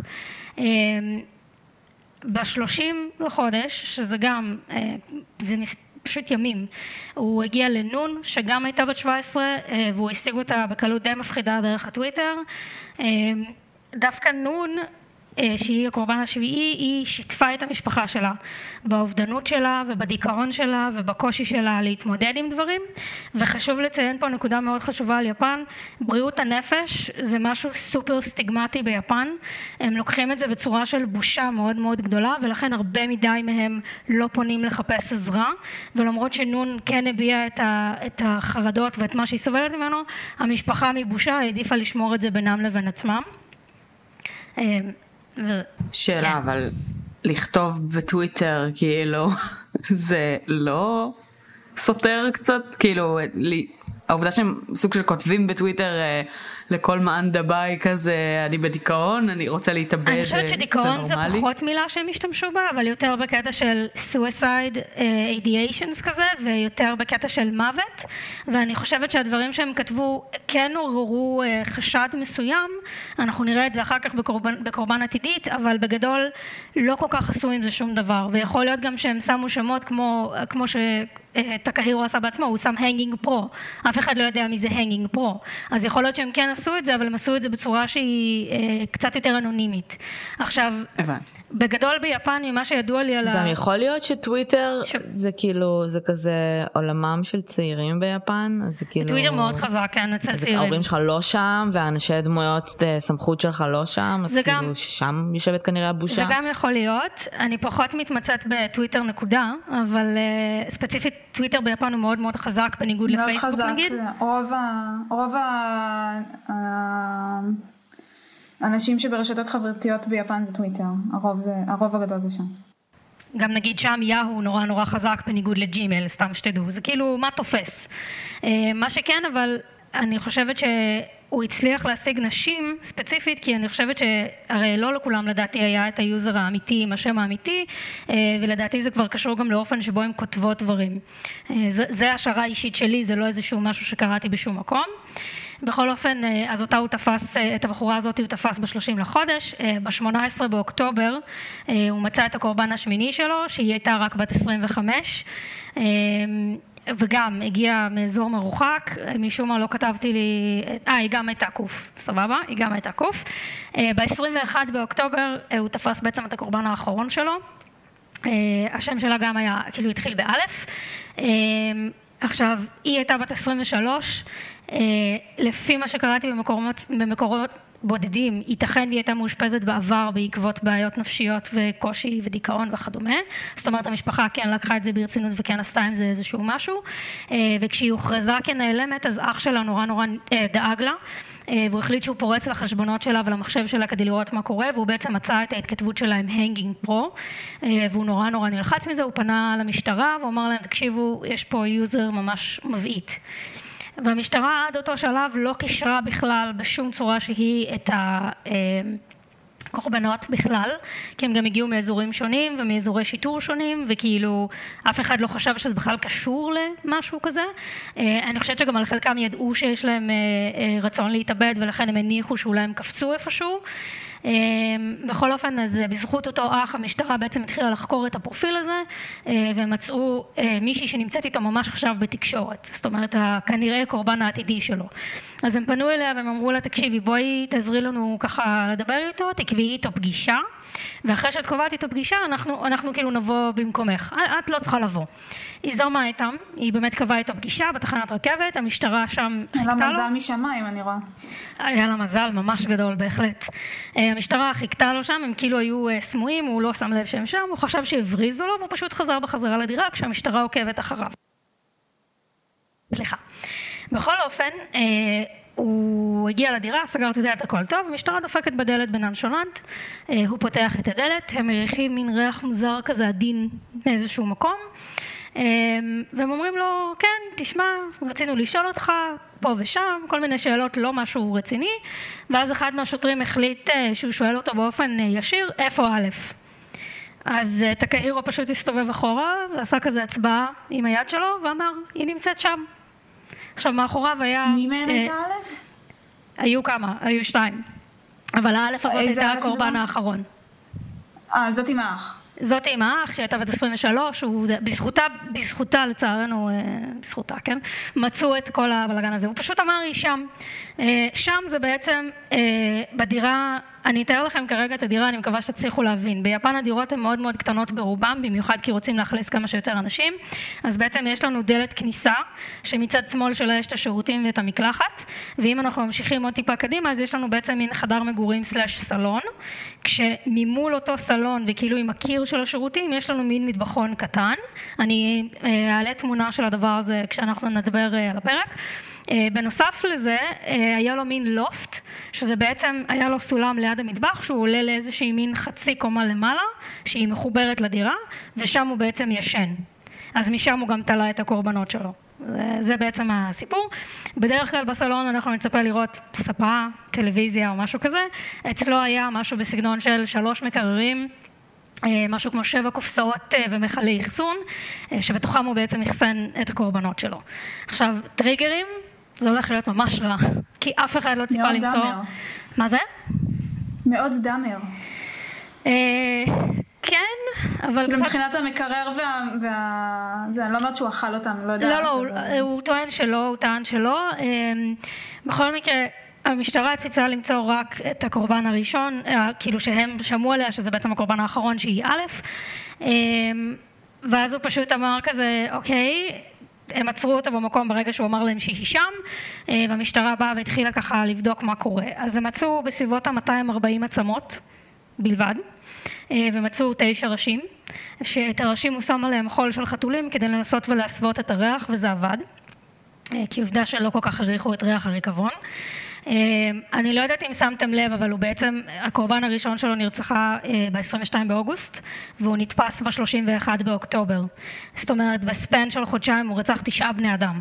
[SPEAKER 4] בשלושים לחודש, שזה גם, זה מספר, פשוט ימים. הוא הגיע לנון, שגם הייתה בת שבע עשרה, והוא השיג אותה בקלות די מפחידה דרך הטוויטר. דווקא נון, שהיא הקורבן השביעי, היא שיתפה את המשפחה שלה באובדנות שלה ובדיכאון שלה ובקושי שלה להתמודד עם דברים. וחשוב לציין פה נקודה מאוד חשובה על יפן, בריאות הנפש זה משהו סופר סטיגמטי ביפן. הם לוקחים את זה בצורה של בושה מאוד מאוד גדולה, ולכן הרבה מדי מהם לא פונים לחפש עזרה. ולמרות שנון כן הביע את, ה, את החרדות ואת מה שהיא סובלת ממנו, המשפחה מבושה העדיפה לשמור את זה בינם לבין עצמם.
[SPEAKER 2] שאלה, כן. אבל לכתוב בטוויטר כאילו זה לא סותר קצת, כאילו לי, העובדה שהם סוג של כותבים בטוויטר לכל מאן דביי כזה, אני בדיכאון, אני רוצה להתאבד,
[SPEAKER 4] אני חושבת שדיכאון זה, זה פחות מילה שהם השתמשו בה, אבל יותר בקטע של suicide ideations כזה, ויותר בקטע של מוות, ואני חושבת שהדברים שהם כתבו כן עוררו חשד מסוים, אנחנו נראה את זה אחר כך בקורבן, בקורבן עתידית, אבל בגדול לא כל כך עשו עם זה שום דבר, ויכול להיות גם שהם שמו שמות כמו, כמו ש... טאקהירו עשה בעצמו, הוא שם הנגינג פרו, אף אחד לא יודע מי זה הנגינג פרו, אז יכול להיות שהם כן עשו את זה, אבל הם עשו את זה בצורה שהיא אה, קצת יותר אנונימית. עכשיו,
[SPEAKER 2] הבנתי.
[SPEAKER 4] בגדול ביפן, ממה שידוע לי על ה...
[SPEAKER 1] גם יכול להיות שטוויטר ש... זה כאילו, זה כזה עולמם של צעירים ביפן, אז זה כאילו...
[SPEAKER 4] טוויטר מאוד חזק, כן, אצל צעירים.
[SPEAKER 1] ההורים שלך לא שם, והאנשי דמויות סמכות שלך לא שם, אז כאילו גם... ששם יושבת כנראה הבושה.
[SPEAKER 4] זה גם יכול להיות, אני פחות מתמצאת בטוויטר נקודה, אבל uh, ספציפית טוויטר ביפן הוא מאוד מאוד חזק, בניגוד לפייסבוק נגיד.
[SPEAKER 3] רוב רוב האנשים שברשתות חברתיות ביפן זה טוויטר, הרוב זה, הרוב הגדול זה שם.
[SPEAKER 4] גם נגיד שם יאהו נורא נורא חזק בניגוד לג'ימייל, סתם שתדעו, זה כאילו מה תופס. מה שכן, אבל אני חושבת שהוא הצליח להשיג נשים ספציפית, כי אני חושבת שהרי לא לכולם לדעתי היה את היוזר האמיתי עם השם האמיתי, ולדעתי זה כבר קשור גם לאופן שבו הם כותבות דברים. זה, זה השערה אישית שלי, זה לא איזשהו משהו שקראתי בשום מקום. בכל אופן, אז אותה הוא תפס, את הבחורה הזאת הוא תפס ב-שלושים לחודש, ב-שמונה עשרה באוקטובר הוא מצא את הקורבן השמיני שלו, שהיא הייתה רק בת עשרים וחמש, וגם הגיעה מאזור מרוחק, משום מה לא כתבתי לי, אה, היא גם הייתה קוף, סבבה? היא גם הייתה קוף. ב-עשרים ואחד באוקטובר הוא תפס בעצם את הקורבן האחרון שלו, השם שלה גם היה, כאילו התחיל באלף, עכשיו, היא הייתה בת עשרים ושלוש, לפי מה שקראתי במקורות, במקורות בודדים, ייתכן והיא הייתה מאושפזת בעבר בעקבות בעיות נפשיות וקושי ודיכאון וכדומה. זאת אומרת, המשפחה כן לקחה את זה ברצינות וכן עשתה עם זה איזשהו משהו. וכשהיא הוכרזה כנעלמת, אז אח שלה נורא נורא דאג לה. והוא החליט שהוא פורץ לחשבונות שלה ולמחשב שלה כדי לראות מה קורה, והוא בעצם מצא את ההתכתבות שלה עם הנגינג פרו, והוא נורא נורא נלחץ מזה, הוא פנה למשטרה ואומר להם, תקשיבו, יש פה יוזר ממש מבעית. והמשטרה עד אותו שלב לא קישרה בכלל בשום צורה שהיא את קורבנות בכלל, כי הם גם הגיעו מאזורים שונים ומאזורי שיטור שונים, וכאילו אף אחד לא חשב שזה בכלל קשור למשהו כזה. אני חושבת שגם על חלקם ידעו שיש להם רצון להתאבד, ולכן הם הניחו שאולי הם קפצו איפשהו. בכל אופן, אז בזכות אותו אח, המשטרה בעצם התחילה לחקור את הפרופיל הזה, ומצאו מישהי שנמצאת איתו ממש עכשיו בתקשורת, זאת אומרת, כנראה קורבן העתידי שלו. אז הם פנו אליה והם אמרו לה, תקשיבי, בואי תעזרי לנו ככה לדבר איתו, תקביעי איתו פגישה, ואחרי שאת קובעת איתו פגישה, אנחנו, אנחנו כאילו נבוא במקומך, את לא צריכה לבוא. היא זרמה איתם, היא באמת קבעה איתו פגישה בתחנת רכבת, המשטרה שם חיכתה לו.
[SPEAKER 3] היה לה מזל משמיים, אני רואה.
[SPEAKER 4] היה לה מזל ממש גדול, בהחלט. המשטרה חיכתה לו שם, הם כאילו היו סמויים, הוא לא שם לב שהם שם, הוא חשב שהבריזו לו, והוא פשוט חזר בחזרה לדירה, כשהמשטרה עוקבת אחריו. סליחה. בכל אופן, הוא הגיע לדירה, סגר את הדלת, הכל טוב, המשטרה דופקת בדלת בנונשלנט, הוא פותח את הדלת, הם מריחים מין ריח מוזר כזה עדין מאיזשהו מקום, והם אומרים לו, כן, תשמע, רצינו לשאול אותך פה ושם, כל מיני שאלות, לא משהו רציני, ואז אחד מהשוטרים החליט שהוא שואל אותו באופן ישיר, איפה א'? אז תקהירו פשוט הסתובב אחורה, ועשה כזה הצבעה עם היד שלו, ואמר, היא נמצאת שם. עכשיו, מאחוריו היה...
[SPEAKER 3] מי מהן הייתה א'?
[SPEAKER 4] היו כמה, היו שתיים. אבל האלף הזאת הייתה הקורבן האחרון.
[SPEAKER 3] אה, זאת עם האח.
[SPEAKER 4] זאת עם האח, שהייתה בת עשרים ושלוש, בזכותה, בזכותה לצערנו, בזכותה, כן? מצאו את כל הבלגן הזה. הוא פשוט אמר לי שם. שם זה בעצם בדירה, אני אתאר לכם כרגע את הדירה, אני מקווה שתצליחו להבין. ביפן הדירות הן מאוד מאוד קטנות ברובם, במיוחד כי רוצים להכניס כמה שיותר אנשים. אז בעצם יש לנו דלת כניסה, שמצד שמאל שלה יש את השירותים ואת המקלחת, ואם אנחנו ממשיכים עוד טיפה קדימה, אז יש לנו בעצם מין חדר מגורים סלש סלון, כשממול אותו סלון וכאילו עם הקיר של השירותים, יש לנו מין מטבחון קטן. אני אעלה תמונה של הדבר הזה כשאנחנו נדבר על הפרק. בנוסף לזה, היה לו מין לופט, שזה בעצם היה לו סולם ליד המטבח, שהוא עולה לאיזושהי מין חצי קומה למעלה, שהיא מחוברת לדירה, ושם הוא בעצם ישן. אז משם הוא גם תלה את הקורבנות שלו. זה בעצם הסיפור. בדרך כלל בסלון אנחנו נצפה לראות ספה, טלוויזיה או משהו כזה. אצלו היה משהו בסגנון של שלוש מקררים, משהו כמו שבע קופסאות ומחלי אחסון, שבתוכם הוא בעצם יחסן את הקורבנות שלו. עכשיו, טריגרים, זה הולך להיות ממש רע, כי אף אחד לא ציפה למצוא...
[SPEAKER 3] מאוד דאמר.
[SPEAKER 4] מה זה?
[SPEAKER 3] מאוד דאמר.
[SPEAKER 4] כן, אבל קצת...
[SPEAKER 3] מבחינת המקרר וה... וה... זה, אני לא אומרת שהוא אכל אותם, לא יודע.
[SPEAKER 4] לא, לא, הוא, הוא טוען שלא, הוא טען שלא. בכל מקרה, המשטרה ציפתה למצוא רק את הקורבן הראשון, כאילו שהם שמעו עליה, שזה בעצם הקורבן האחרון שהיא א', ואז הוא פשוט אמר כזה, אוקיי, הם עצרו אותו במקום ברגע שהוא אמר להם שהיא שם, והמשטרה באה והתחילה ככה לבדוק מה קורה. אז הם מצאו בסביבות ה-מאתיים וארבעים עצמות בלבד, ומצאו תשע ראשים, שאת הראשים הוא שם עליהם חול של חתולים כדי לנסות ולהסוות את הריח, וזה עבד, כי עובדה שלא כל כך הריחו את ריח הריקבון. אני לא יודעת אם שמתם לב, אבל הוא בעצם, הקורבן הראשון שלו נרצחה ב-עשרים ושניים באוגוסט, והוא נתפס ב-שלושים ואחד באוקטובר. זאת אומרת, בספן של חודשיים הוא רצח תשעה בני אדם.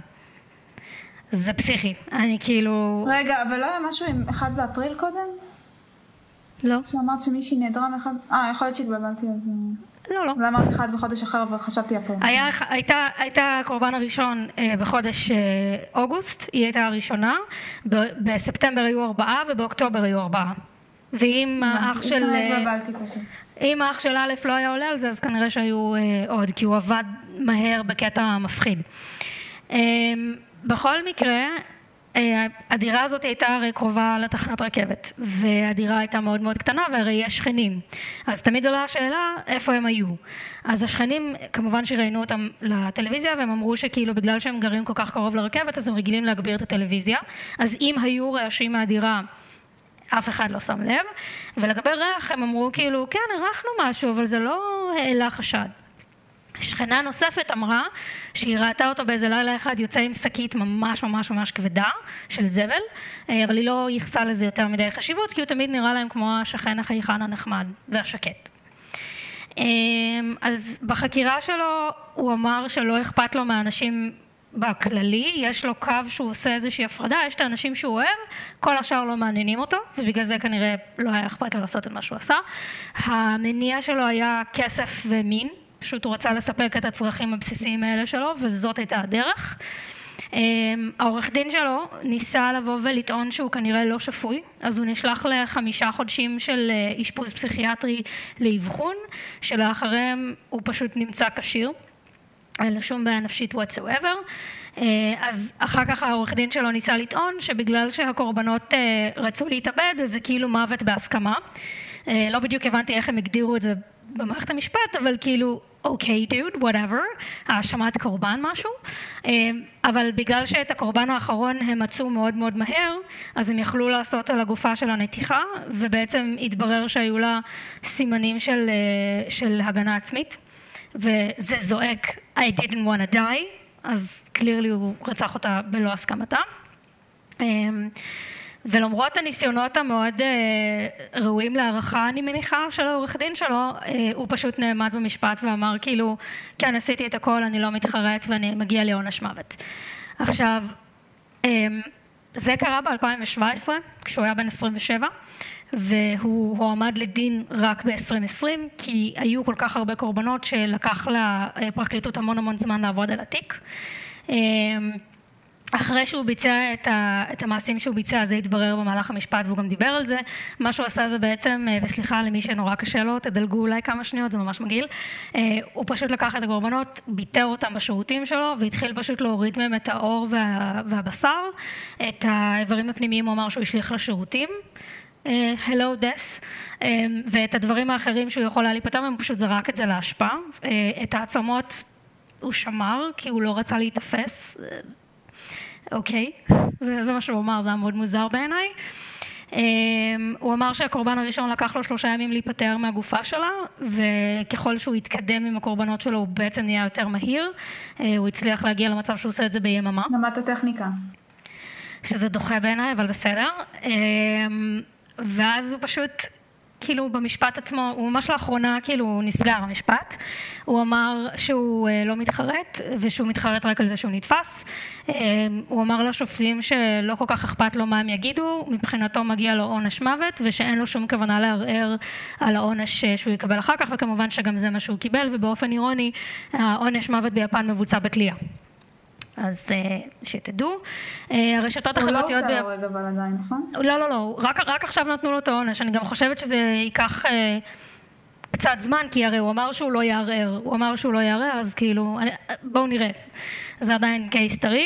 [SPEAKER 4] זה פסיכי. אני כאילו...
[SPEAKER 3] רגע, אבל לא היה משהו עם אחד באפריל קודם?
[SPEAKER 4] לא.
[SPEAKER 3] שאמרת שמישהי נעדרה מאחד... אה, יכול להיות שהתבלבלתי אז...
[SPEAKER 4] לא, לא.
[SPEAKER 3] לא אמרת אחד בחודש אחר וחשבתי אפריל.
[SPEAKER 4] היה, הייתה, הייתה הקורבן הראשון אה, בחודש אה, אוגוסט, היא הייתה הראשונה, ב- בספטמבר היו ארבעה ובאוקטובר היו ארבעה. ואם האח של...
[SPEAKER 3] התבלבלתי פשוט.
[SPEAKER 4] אם האח של א' לא היה עולה על זה, אז כנראה שהיו אה, עוד, כי הוא עבד מהר בקטע מפחיד. אה, בכל מקרה, הדירה הזאת הייתה הרי קרובה לתחנת רכבת, והדירה הייתה מאוד מאוד קטנה, והרי יש שכנים. אז תמיד עולה השאלה איפה הם היו. אז השכנים, כמובן שראינו אותם לטלוויזיה, והם אמרו שכאילו בגלל שהם גרים כל כך קרוב לרכבת, אז הם רגילים להגביר את הטלוויזיה. אז אם היו רעשים מהדירה, אף אחד לא שם לב. ולגבי ריח, הם אמרו כאילו, כן, ערכנו משהו, אבל זה לא העלה חשד. שכנה נוספת אמרה שהיא ראתה אותו באיזה לילה אחד יוצא עם שקית ממש ממש ממש כבדה של זבל, אבל היא לא ייחסה לזה יותר מדי חשיבות, כי הוא תמיד נראה להם כמו השכן החייכן הנחמד והשקט. אז בחקירה שלו הוא אמר שלא אכפת לו מהאנשים בכללי, יש לו קו שהוא עושה איזושהי הפרדה, יש את האנשים שהוא אוהב, כל השאר לא מעניינים אותו, ובגלל זה כנראה לא היה אכפת לו לעשות את מה שהוא עשה. המניע שלו היה כסף ומין, פשוט הוא רצה לספק את הצרכים הבסיסיים האלה שלו, וזאת הייתה הדרך. העורך דין שלו ניסה לבוא ולטעון שהוא כנראה לא שפוי, אז הוא נשלח לחמישה חודשים של אשפוז פסיכיאטרי לאבחון, שלאחריהם הוא פשוט נמצא כשיר, אין לו שום בעיה נפשית whatsoever. אז אחר כך העורך דין שלו ניסה לטעון שבגלל שהקורבנות רצו להתאבד, אז זה כאילו מוות בהסכמה. לא בדיוק הבנתי איך הם הגדירו את זה במערכת המשפט, אבל כאילו, אוקיי, dude, whatever, האשמת קורבן משהו. אבל בגלל שאת הקורבן האחרון הם מצאו מאוד מאוד מהר, אז הם יכלו לעשות על הגופה של הנתיחה, ובעצם התברר שהיו לה סימנים של, של הגנה עצמית. וזה זועק, I didn't want to die, אז clearly הוא רצח אותה בלא הסכמתה. ולמרות הניסיונות המאוד ראויים להערכה, אני מניחה, של העורך דין שלו, הוא פשוט נעמד במשפט ואמר כאילו, כן, עשיתי את הכל, אני לא מתחרט ואני מגיע לעונש מוות. עכשיו, זה קרה ב-אלפיים שבע עשרה, כשהוא היה בן עשרים ושבע, והוא הועמד לדין רק ב-עשרים עשרים, כי היו כל כך הרבה קורבנות שלקח לפרקליטות המון המון זמן לעבוד על התיק. אחרי שהוא ביצע את, ה, את המעשים שהוא ביצע, זה התברר במהלך המשפט, והוא גם דיבר על זה. מה שהוא עשה זה בעצם, וסליחה למי שנורא קשה לו, תדלגו אולי כמה שניות, זה ממש מגעיל. הוא פשוט לקח את הקורבנות, ביטר אותם בשירותים שלו, והתחיל פשוט להוריד מהם את האור וה, והבשר. את האיברים הפנימיים הוא אמר שהוא השליך לשירותים. Hello death, ואת הדברים האחרים שהוא יכול היה להיפטר, הוא פשוט זרק את זה להשפעה. את העצמות הוא שמר, כי הוא לא רצה להתאפס. אוקיי, זה, זה מה שהוא אמר, זה היה מאוד מוזר בעיניי. הוא אמר שהקורבן הראשון לקח לו שלושה ימים להיפטר מהגופה שלה, וככל שהוא התקדם עם הקורבנות שלו, הוא בעצם נהיה יותר מהיר. הוא הצליח להגיע למצב שהוא עושה את זה ביממה.
[SPEAKER 3] למדת הטכניקה.
[SPEAKER 4] שזה דוחה בעיניי, אבל בסדר. ואז הוא פשוט, כאילו במשפט עצמו, הוא ממש לאחרונה, כאילו נסגר המשפט. הוא אמר שהוא לא מתחרט, ושהוא מתחרט רק על זה שהוא נתפס. הוא אמר לשופטים שלא כל כך אכפת לו מה הם יגידו, מבחינתו מגיע לו עונש מוות, ושאין לו שום כוונה לערער על העונש שהוא יקבל אחר כך, וכמובן שגם זה מה שהוא קיבל, ובאופן אירוני, העונש מוות ביפן מבוצע בתלייה. אז שתדעו, הרשתות החברתיות...
[SPEAKER 3] הוא לא הוצא הורג אבל עדיין, נכון?
[SPEAKER 4] לא, לא, לא, רק, רק עכשיו נתנו לו את העונש, אני גם חושבת שזה ייקח אה, קצת זמן, כי הרי הוא אמר שהוא לא יערער, הוא אמר שהוא לא יערער, אז כאילו, אני, בואו נראה, זה עדיין קייס טרי.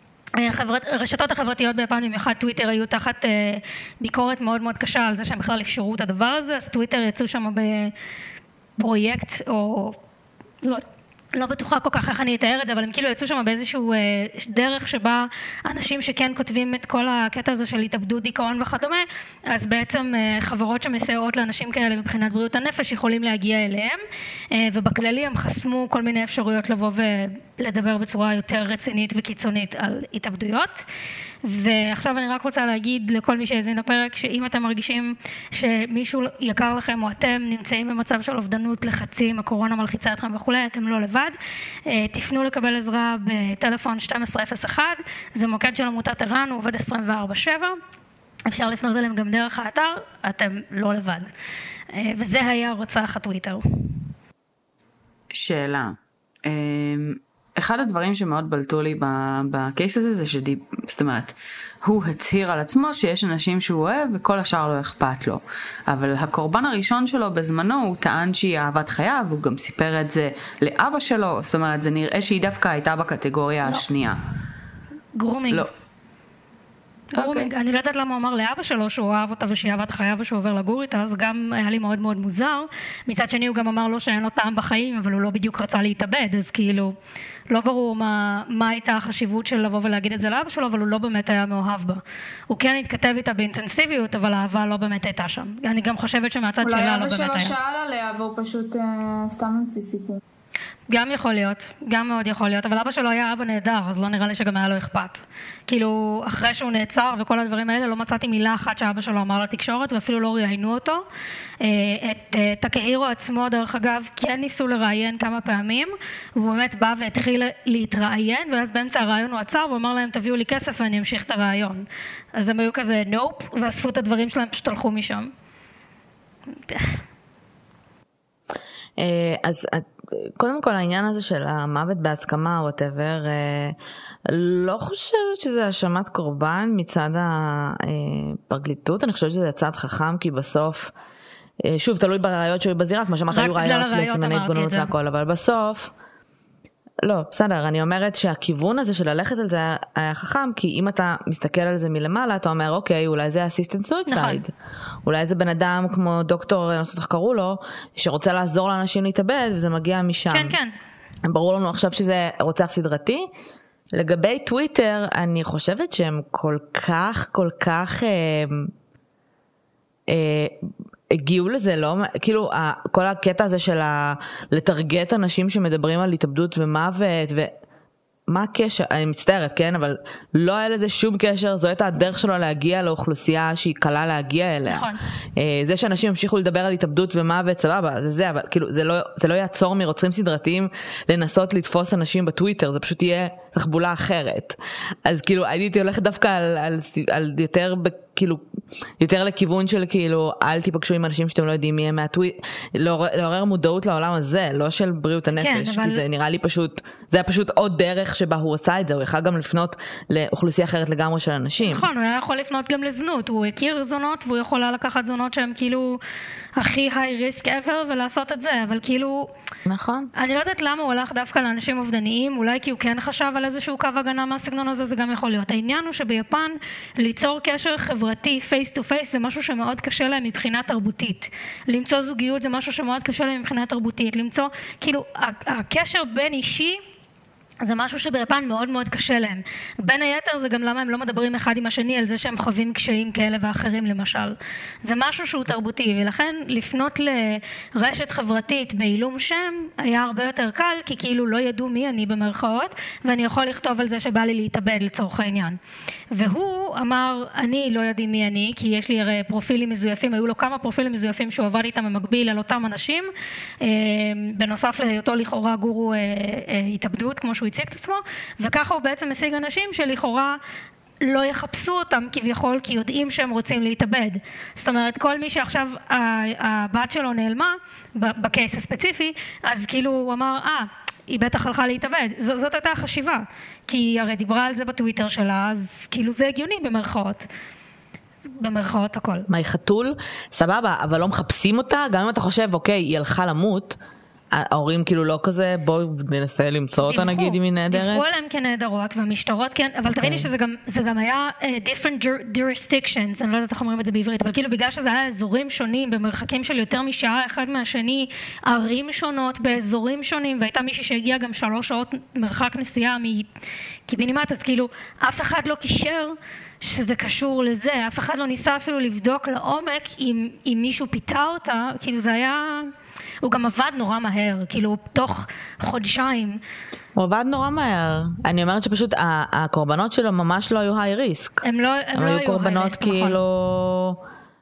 [SPEAKER 4] הרשתות החברתיות ביפן, במיוחד טוויטר, היו תחת אה, ביקורת מאוד מאוד קשה על זה שהם בכלל אפשרו את הדבר הזה, אז טוויטר יצאו שם בפרויקט, או לא... לא בטוחה כל כך איך אני אתאר את זה, אבל הם כאילו יצאו שם באיזשהו אה, דרך שבה אנשים שכן כותבים את כל הקטע הזה של התאבדות, דיכאון וכדומה, אז בעצם אה, חברות שמסייעות לאנשים כאלה מבחינת בריאות הנפש יכולים להגיע אליהם, אה, ובכללי הם חסמו כל מיני אפשרויות לבוא ולדבר בצורה יותר רצינית וקיצונית על התאבדויות. ועכשיו אני רק רוצה להגיד לכל מי שהאזין לפרק, שאם אתם מרגישים שמישהו יקר לכם או אתם נמצאים במצב של אובדנות, לחצים, הקורונה מלחיצה אתכם וכולי, אתם לא לבד, תפנו לקבל עזרה בטלפון שתים עשרה אפס אחת, זה מוקד של עמותת ער"ן, הוא עובד עשרים וארבע שבע, אפשר לפנות אליהם גם דרך האתר, אתם לא לבד. וזה היה רוצח הטוויטר.
[SPEAKER 2] שאלה. אחד הדברים שמאוד בלטו לי בקייס הזה, זה שדי, זאת אומרת, הוא הצהיר על עצמו שיש אנשים שהוא אוהב וכל השאר לא אכפת לו. אבל הקורבן הראשון שלו בזמנו, הוא טען שהיא אהבת חייו, והוא גם סיפר את זה לאבא שלו, זאת אומרת, זה נראה שהיא דווקא הייתה בקטגוריה
[SPEAKER 4] לא.
[SPEAKER 2] השנייה.
[SPEAKER 4] גרומינג.
[SPEAKER 2] לא.
[SPEAKER 4] גרומינג. Okay. אני לא יודעת למה הוא אמר לאבא שלו שהוא אהב אותה ושהיא אהבת חייו ושהוא עובר לגור איתה, אז גם היה לי מאוד מאוד מוזר. מצד שני הוא גם אמר לו שאין לו טעם בחיים, אבל הוא לא בדיוק רצה להתאבד, אז כאילו לא ברור מה, מה הייתה החשיבות של לבוא ולהגיד את זה לאבא שלו, אבל הוא לא באמת היה מאוהב בה. הוא כן התכתב איתה באינטנסיביות, אבל האהבה לא באמת הייתה שם. אני גם חושבת שמהצד שלה לא באמת היה.
[SPEAKER 3] אולי אבא שלו שאל עליה והוא פשוט אה, סתם המציא סיפור.
[SPEAKER 4] גם יכול להיות, גם מאוד יכול להיות, אבל אבא שלו היה אבא נהדר, אז לא נראה לי שגם היה לו אכפת. כאילו, אחרי שהוא נעצר וכל הדברים האלה, לא מצאתי מילה אחת שאבא שלו אמר לתקשורת, ואפילו לא ראיינו אותו. את טאקהירו עצמו, דרך אגב, כן ניסו לראיין כמה פעמים, והוא באמת בא והתחיל להתראיין, ואז באמצע הרעיון הוא עצר, והוא אמר להם, תביאו לי כסף ואני אמשיך את הרעיון. אז הם היו כזה, נופ, ואספו את הדברים שלהם, פשוט הלכו משם.
[SPEAKER 1] אז קודם כל העניין הזה של המוות בהסכמה או whatever, לא חושבת שזה האשמת קורבן מצד הפרקליטות, אני חושבת שזה צעד חכם, כי בסוף, שוב, תלוי בראיות שהיו בזירה, כמו שאמרת, היו ראיות לסימני התגוננות והכל, אבל בסוף, לא, בסדר, אני אומרת שהכיוון הזה של ללכת על זה היה חכם, כי אם אתה מסתכל על זה מלמעלה, אתה אומר, אוקיי, אולי זה אסיסטנט סויצייד. אולי זה בן אדם כמו דוקטור, נוסעות איך קראו לו, שרוצה לעזור לאנשים להתאבד, וזה מגיע משם.
[SPEAKER 4] כן, כן.
[SPEAKER 1] ברור לנו עכשיו שזה רוצח סדרתי. לגבי טוויטר, אני חושבת שהם כל כך, כל כך... אה, אה, הגיעו לזה, לא, כאילו, כל הקטע הזה של לטרגט אנשים שמדברים על התאבדות ומוות, ומה הקשר, אני מצטערת, כן, אבל לא היה לזה שום קשר, זו הייתה הדרך שלו להגיע לאוכלוסייה שהיא קלה להגיע אליה.
[SPEAKER 4] נכון.
[SPEAKER 1] זה שאנשים המשיכו לדבר על התאבדות ומוות, סבבה, זה זה, אבל כאילו, זה לא, זה לא יעצור מרוצחים סדרתיים לנסות לתפוס אנשים בטוויטר, זה פשוט יהיה תחבולה אחרת. אז כאילו, הייתי הולכת דווקא על, על, על יותר, כאילו, יותר לכיוון של כאילו, אל תיפגשו עם אנשים שאתם לא יודעים מי הם מהטוויט, לעורר מודעות לעולם הזה, לא של בריאות הנפש, כן, אבל... כי זה נראה לי פשוט, זה היה פשוט עוד דרך שבה הוא עשה את זה, הוא יכול גם לפנות לאוכלוסייה אחרת לגמרי של אנשים.
[SPEAKER 4] נכון, הוא היה יכול לפנות גם לזנות, הוא הכיר זונות, והוא יכול לקחת זונות שהן כאילו, הכי high risk ever, ולעשות את זה, אבל כאילו...
[SPEAKER 1] נכון.
[SPEAKER 4] אני לא יודעת למה הוא הלך דווקא לאנשים אובדניים, אולי כי הוא כן חשב על איזשהו קו הגנה מהסגנון הזה, זה גם יכול להיות. העניין הוא שביפן, ליצור קשר חברתי, face to face, זה משהו שמאוד קשה להם מבחינה תרבותית. למצוא זוגיות זה משהו שמאוד קשה להם מבחינה תרבותית. למצוא, כאילו, הקשר בין אישי, זה משהו שביפן מאוד מאוד קשה להם. בין היתר זה גם למה הם לא מדברים אחד עם השני על זה שהם חווים קשיים כאלה ואחרים למשל. זה משהו שהוא תרבותי, ולכן לפנות לרשת חברתית בעילום שם היה הרבה יותר קל, כי כאילו לא ידעו מי אני במרכאות, ואני יכול לכתוב על זה שבא לי להתאבד לצורך העניין. והוא אמר, אני לא יודעים מי אני, כי יש לי הרי פרופילים מזויפים, היו לו כמה פרופילים מזויפים שהוא עבד איתם במקביל על אותם אנשים, בנוסף להיותו לכאורה גורו התאבדות, כמו שהוא הציג את עצמו, וככה הוא בעצם משיג אנשים שלכאורה לא יחפשו אותם כביכול, כי יודעים שהם רוצים להתאבד. זאת אומרת, כל מי שעכשיו הבת שלו נעלמה, בקייס הספציפי, אז כאילו הוא אמר, אה, היא בטח הלכה להתאבד. ז- זאת הייתה החשיבה, כי היא הרי דיברה על זה בטוויטר שלה, אז כאילו זה הגיוני במרכאות. במרכאות הכל.
[SPEAKER 1] מה, היא חתול? סבבה, אבל לא מחפשים אותה? גם אם אתה חושב, אוקיי, היא הלכה למות, ההורים כאילו לא כזה, בואו ננסה למצוא אותה נגיד אם היא נהדרת.
[SPEAKER 4] דיווחו עליהם כנהדרות, והמשטרות כן, אבל תביני שזה גם, זה גם היה uh, different jurisdictions, אני לא יודעת איך אומרים את זה בעברית, אבל כאילו בגלל שזה היה אזורים שונים, במרחקים של יותר משעה אחד מהשני, ערים שונות באזורים שונים, והייתה מישהי שהגיעה גם שלוש שעות מרחק נסיעה מקיבינימט, אז כאילו אף אחד לא קישר שזה קשור לזה, אף אחד לא ניסה אפילו לבדוק לעומק אם, אם מישהו פיתה אותה, כאילו זה היה... הוא גם עבד נורא מהר, כאילו תוך חודשיים.
[SPEAKER 1] הוא עבד נורא מהר. אני אומרת שפשוט הקורבנות שלו ממש לא היו היי ריסק.
[SPEAKER 4] הם לא, הם
[SPEAKER 1] הם
[SPEAKER 4] לא
[SPEAKER 1] היו
[SPEAKER 4] היו
[SPEAKER 1] קורבנות כאילו...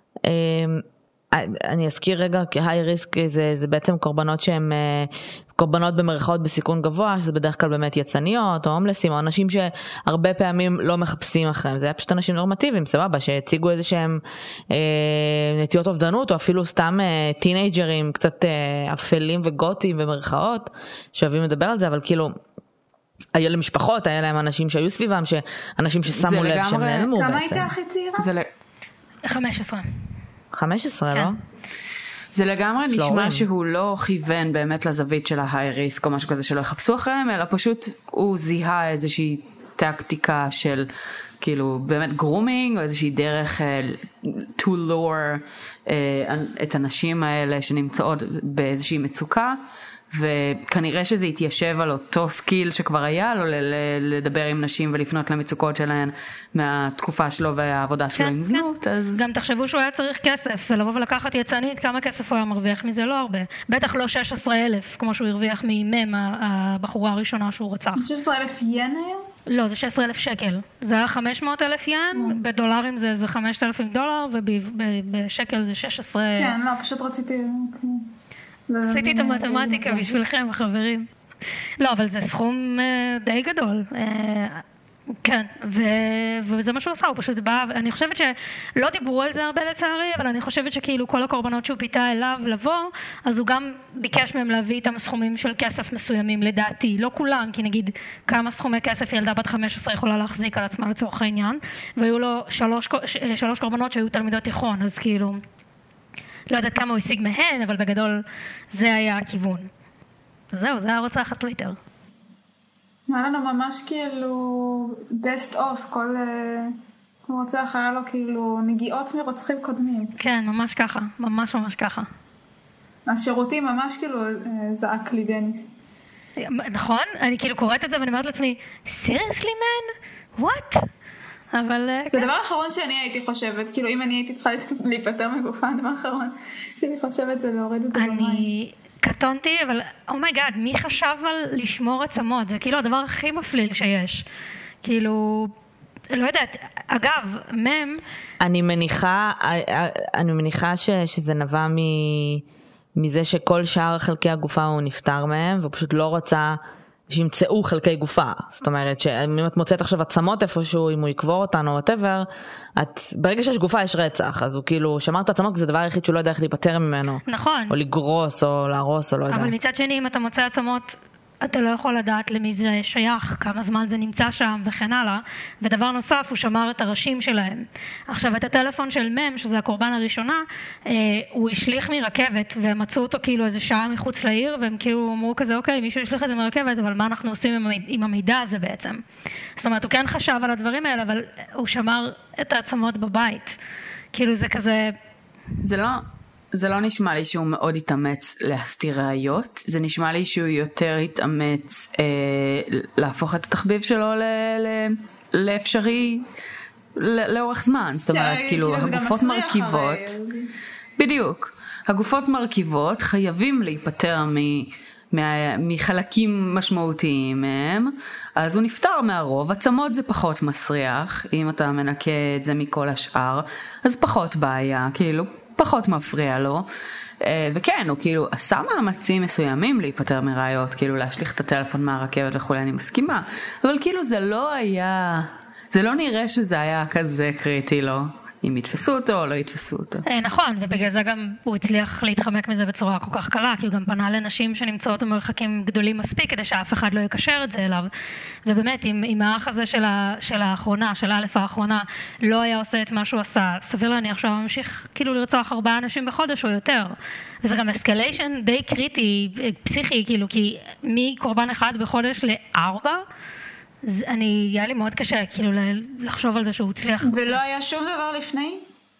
[SPEAKER 1] אני אזכיר רגע, כי היי ריסק זה, זה בעצם קורבנות שהם קורבנות במרכאות בסיכון גבוה, שזה בדרך כלל באמת יצניות או הומלסים, או אנשים שהרבה פעמים לא מחפשים אחריהם. זה היה פשוט אנשים נורמטיביים, סבבה, שהציגו איזה שהם אה, נטיות אובדנות, או אפילו סתם אה, טינאג'רים, קצת אה, אפלים וגותים במרכאות, שאוהבים לדבר על זה, אבל כאילו... היה למשפחות, היה להם אנשים שהיו סביבם, אנשים ששמו לב שהם נעלמו בעצם.
[SPEAKER 3] כמה הייתה הכי צעירה?
[SPEAKER 2] זה ל...
[SPEAKER 4] חמש עשרה.
[SPEAKER 1] חמש עשרה,
[SPEAKER 4] כן.
[SPEAKER 1] לא?
[SPEAKER 2] זה לגמרי נשמע שהוא לא כיוון באמת לזווית של ההיי ריסק או משהו כזה שלא יחפשו אחריהם, אלא פשוט הוא זיהה איזושהי טקטיקה של כאילו באמת גרומינג, או איזושהי דרך uh, to lure uh, את הנשים האלה שנמצאות באיזושהי מצוקה, וכנראה שזה יתיישב על אותו סקיל שכבר היה לו לדבר עם נשים ולפנות למצוקות שלהן מהתקופה שלו והעבודה שלו עם זנות.
[SPEAKER 4] גם תחשבו שהוא היה צריך כסף, ולבוא ולקחת יצאנית, כמה כסף הוא היה מרוויח מזה? לא הרבה. בטח לא שש עשרה אלף, כמו שהוא הרוויח ממם, הבחורה הראשונה שהוא רצח.
[SPEAKER 3] שש עשרה אלף ין היה?
[SPEAKER 4] לא, זה שש עשרה אלף שקל. זה היה חמש מאות אלף ין, בדולרים זה חמשת אלפים דולר, ובשקל זה שש עשרה...
[SPEAKER 3] כן, לא, פשוט רציתי...
[SPEAKER 4] עשיתי את המתמטיקה בשבילכם, חברים. לא, אבל זה סכום די גדול. כן, וזה מה שהוא עושה, הוא פשוט בא, אני חושבת שלא דיברו על זה הרבה לצערי, אבל אני חושבת שכאילו כל הקורבנות שהוא פיתה אליו לבוא, אז הוא גם ביקש מהם להביא איתם סכומים של כסף מסוימים, לדעתי, לא כולם, כי נגיד כמה סכומי כסף ילדה בת חמש עשרה יכולה להחזיק על עצמה לצורך העניין, והיו לו שלוש, שלוש קורבנות שהיו תלמידות תיכון, אז כאילו, לא יודעת כמה הוא השיג מהן, אבל בגדול זה היה הכיוון. זהו, זה היה רוצח הטוויטר.
[SPEAKER 3] היה לנו ממש כאילו best of, כל רוצח היה לו כאילו נגיעות מרוצחים קודמים.
[SPEAKER 4] כן, ממש ככה, ממש ממש ככה.
[SPEAKER 3] השירותים ממש כאילו זעק לי דניס.
[SPEAKER 4] נכון, אני כאילו קוראת את זה ואני אומרת לעצמי, seriously man? What? אבל...
[SPEAKER 3] זה דבר אחרון שאני הייתי חושבת, כאילו אם אני הייתי צריכה להיפטר מגופה, הדבר האחרון שאני חושבת זה להוריד את זה במים.
[SPEAKER 4] אני... קטונתי, אבל, אומייגאד, מי חשב על לשמור עצמות? זה כאילו הדבר הכי מפליל שיש. כאילו, לא יודעת, אגב, מם...
[SPEAKER 1] אני מניחה, אני מניחה ש, שזה נבע מ, מזה שכל שאר חלקי הגופה הוא נפטר מהם, והוא פשוט לא רצה שימצאו חלקי גופה. זאת אומרת, שאם את מוצאת עכשיו עצמות איפשהו, אם הוא יקבור אותן או whatever, את, ברגע שיש גופה יש רצח, אז הוא כאילו, שמר את עצמות, זה דבר היחיד שהוא לא יודע איך להיפטר ממנו.
[SPEAKER 4] נכון.
[SPEAKER 1] או לגרוס, או להרוס, או לא יודעת.
[SPEAKER 4] אבל מצד שני, אם אתה מוצא עצמות, אתה לא יכול לדעת למי זה שייך, כמה זמן זה נמצא שם וכן הלאה. ודבר נוסף, הוא שמר את הראשים שלהם. עכשיו, את הטלפון של מם, שזה הקורבן הראשונה, אה, הוא השליך מרכבת, והם מצאו אותו כאילו איזה שעה מחוץ לעיר, והם כאילו אמרו כזה, אוקיי, מישהו השליך את זה מרכבת, אבל מה אנחנו עושים עם, עם המידע הזה בעצם? זאת אומרת, הוא כן חשב על הדברים האלה, אבל הוא שמר את העצמות בבית. כאילו זה כזה...
[SPEAKER 2] זה לא... זה לא נשמע לי שהוא מאוד התאמץ להסתיר ראיות, זה נשמע לי שהוא יותר התאמץ אה, להפוך את התחביב שלו ל, ל, לאפשרי ל, לאורך זמן, זאת אומרת, כאילו הגופות מרכיבות, בדיוק, הגופות מרכיבות חייבים להיפטר מ, מה, מחלקים משמעותיים מהם, אז הוא נפטר מהרוב, עצמות זה פחות מסריח, אם אתה מנקה את זה מכל השאר, אז פחות בעיה, כאילו, פחות מפריע לו, וכן, הוא כאילו עשה מאמצים מסוימים להיפטר מראיות, כאילו להשליך את הטלפון מהרכבת וכו', אני מסכימה, אבל כאילו זה לא היה, זה לא נראה שזה היה כזה קריטי לו, אם יתפסו אותו או לא יתפסו אותו.
[SPEAKER 4] נכון, ובגלל זה גם הוא הצליח להתחמק מזה בצורה כל כך קלה, כי הוא גם פנה לנשים שנמצאות במרחקים גדולים מספיק, כדי שאף אחד לא יקשר את זה אליו. ובאמת, אם, אם האח הזה של, ה, של האחרונה, של האלף האחרונה, לא היה עושה את מה שהוא עשה, סביר להניח שהוא ממשיך כאילו לרצוח ארבעה אנשים בחודש או יותר. וזה גם אסקליישן די קריטי, פסיכי, כאילו, כי מקורבן אחד בחודש לארבע, אני, היה לי מאוד קשה, כאילו, לחשוב על זה שהוא הצליח.
[SPEAKER 3] ולא היה שום דבר לפני?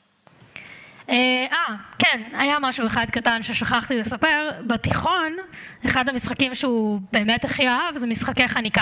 [SPEAKER 4] אה, כן, היה משהו אחד קטן ששכחתי לספר. בתיכון, אחד המשחקים שהוא באמת הכי אהב, זה משחקי חניקה.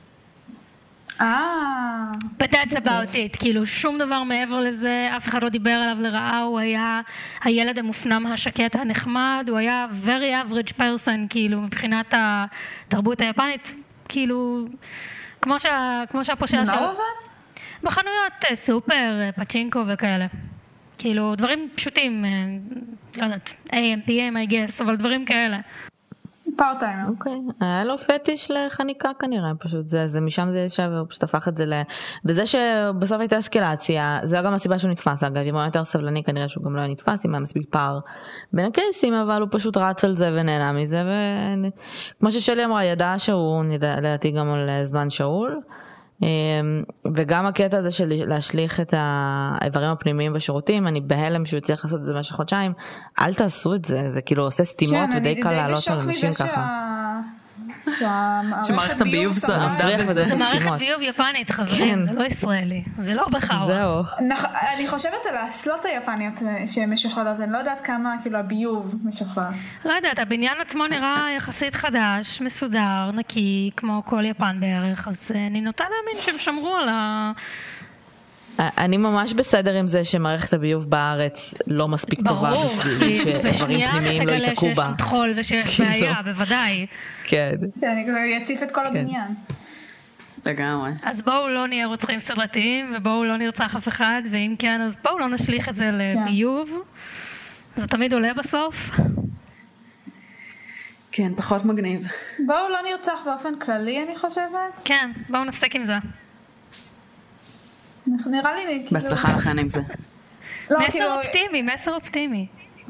[SPEAKER 3] אה...
[SPEAKER 4] But that's about it, כאילו, שום דבר מעבר לזה, אף אחד לא דיבר עליו לרעה, הוא היה הילד המופנם השקט הנחמד, הוא היה very average person, כאילו, מבחינת התרבות היפנית, כאילו... כמו שה, כמו שהפושע של...
[SPEAKER 3] מה הוא עבד?
[SPEAKER 4] בחנויות סופר, פצ'ינקו וכאלה. כאילו, דברים פשוטים, לא יודעת, איי אם פי אם, I guess, אבל דברים כאלה.
[SPEAKER 3] פארטיימר.
[SPEAKER 1] אוקיי, היה לו פטיש לחניקה כנראה, פשוט זה, זה משם זה ישב, והוא פשוט הפך את זה ל... וזה שבסוף הייתה אסקלציה, זה גם הסיבה שהוא נתפס, אגב, אם הוא יותר סבלני, כנראה שהוא גם לא היה נתפס, אם היה מספיק פער בין הקייסים, אבל הוא פשוט רץ על זה ונהנה מזה, וכמו ששלי אמרה, ידע שהוא, לדעתי גם על זמן שאול, וגם הקטע הזה של להשליך את האיברים הפנימיים בשירותים, אני בהלם שהוא יצליח לעשות את זה במשך חודשיים, אל תעשו את זה, זה כאילו עושה סתימות ודי קל לעלות על אנשים ככה.
[SPEAKER 2] שמערכת הביוב עמדה בזה.
[SPEAKER 4] זה מערכת ביוב יפנית, חברים, זה לא ישראלי, זה לא בחאווה.
[SPEAKER 1] זהו.
[SPEAKER 3] אני חושבת על האסלות היפניות שהן משוחררות, אני לא יודעת כמה כאילו הביוב משוחרר.
[SPEAKER 4] לא יודעת, הבניין עצמו נראה יחסית חדש, מסודר, נקי, כמו כל יפן בערך, אז אני נוטה להאמין שהם שמרו על ה...
[SPEAKER 1] אני ממש בסדר עם זה שמערכת הביוב בארץ לא מספיק טובה בשביל שדברים פנימיים לא יתקעו בה.
[SPEAKER 4] ושנייה, שיש שם תחול ושיש בעיה, בוודאי.
[SPEAKER 1] כן.
[SPEAKER 3] אני כבר יציף את כל הבניין.
[SPEAKER 2] לגמרי.
[SPEAKER 4] אז בואו לא נהיה רוצחים סדרתיים, ובואו לא נרצח אף אחד, ואם כן, אז בואו לא נשליך את זה לביוב. זה תמיד עולה בסוף.
[SPEAKER 2] כן, פחות מגניב.
[SPEAKER 3] בואו לא נרצח באופן כללי, אני חושבת.
[SPEAKER 4] כן, בואו נפסק עם זה.
[SPEAKER 3] נראה לי כאילו...
[SPEAKER 2] בהצלחה לכן עם זה.
[SPEAKER 4] מסר אופטימי, מסר אופטימי.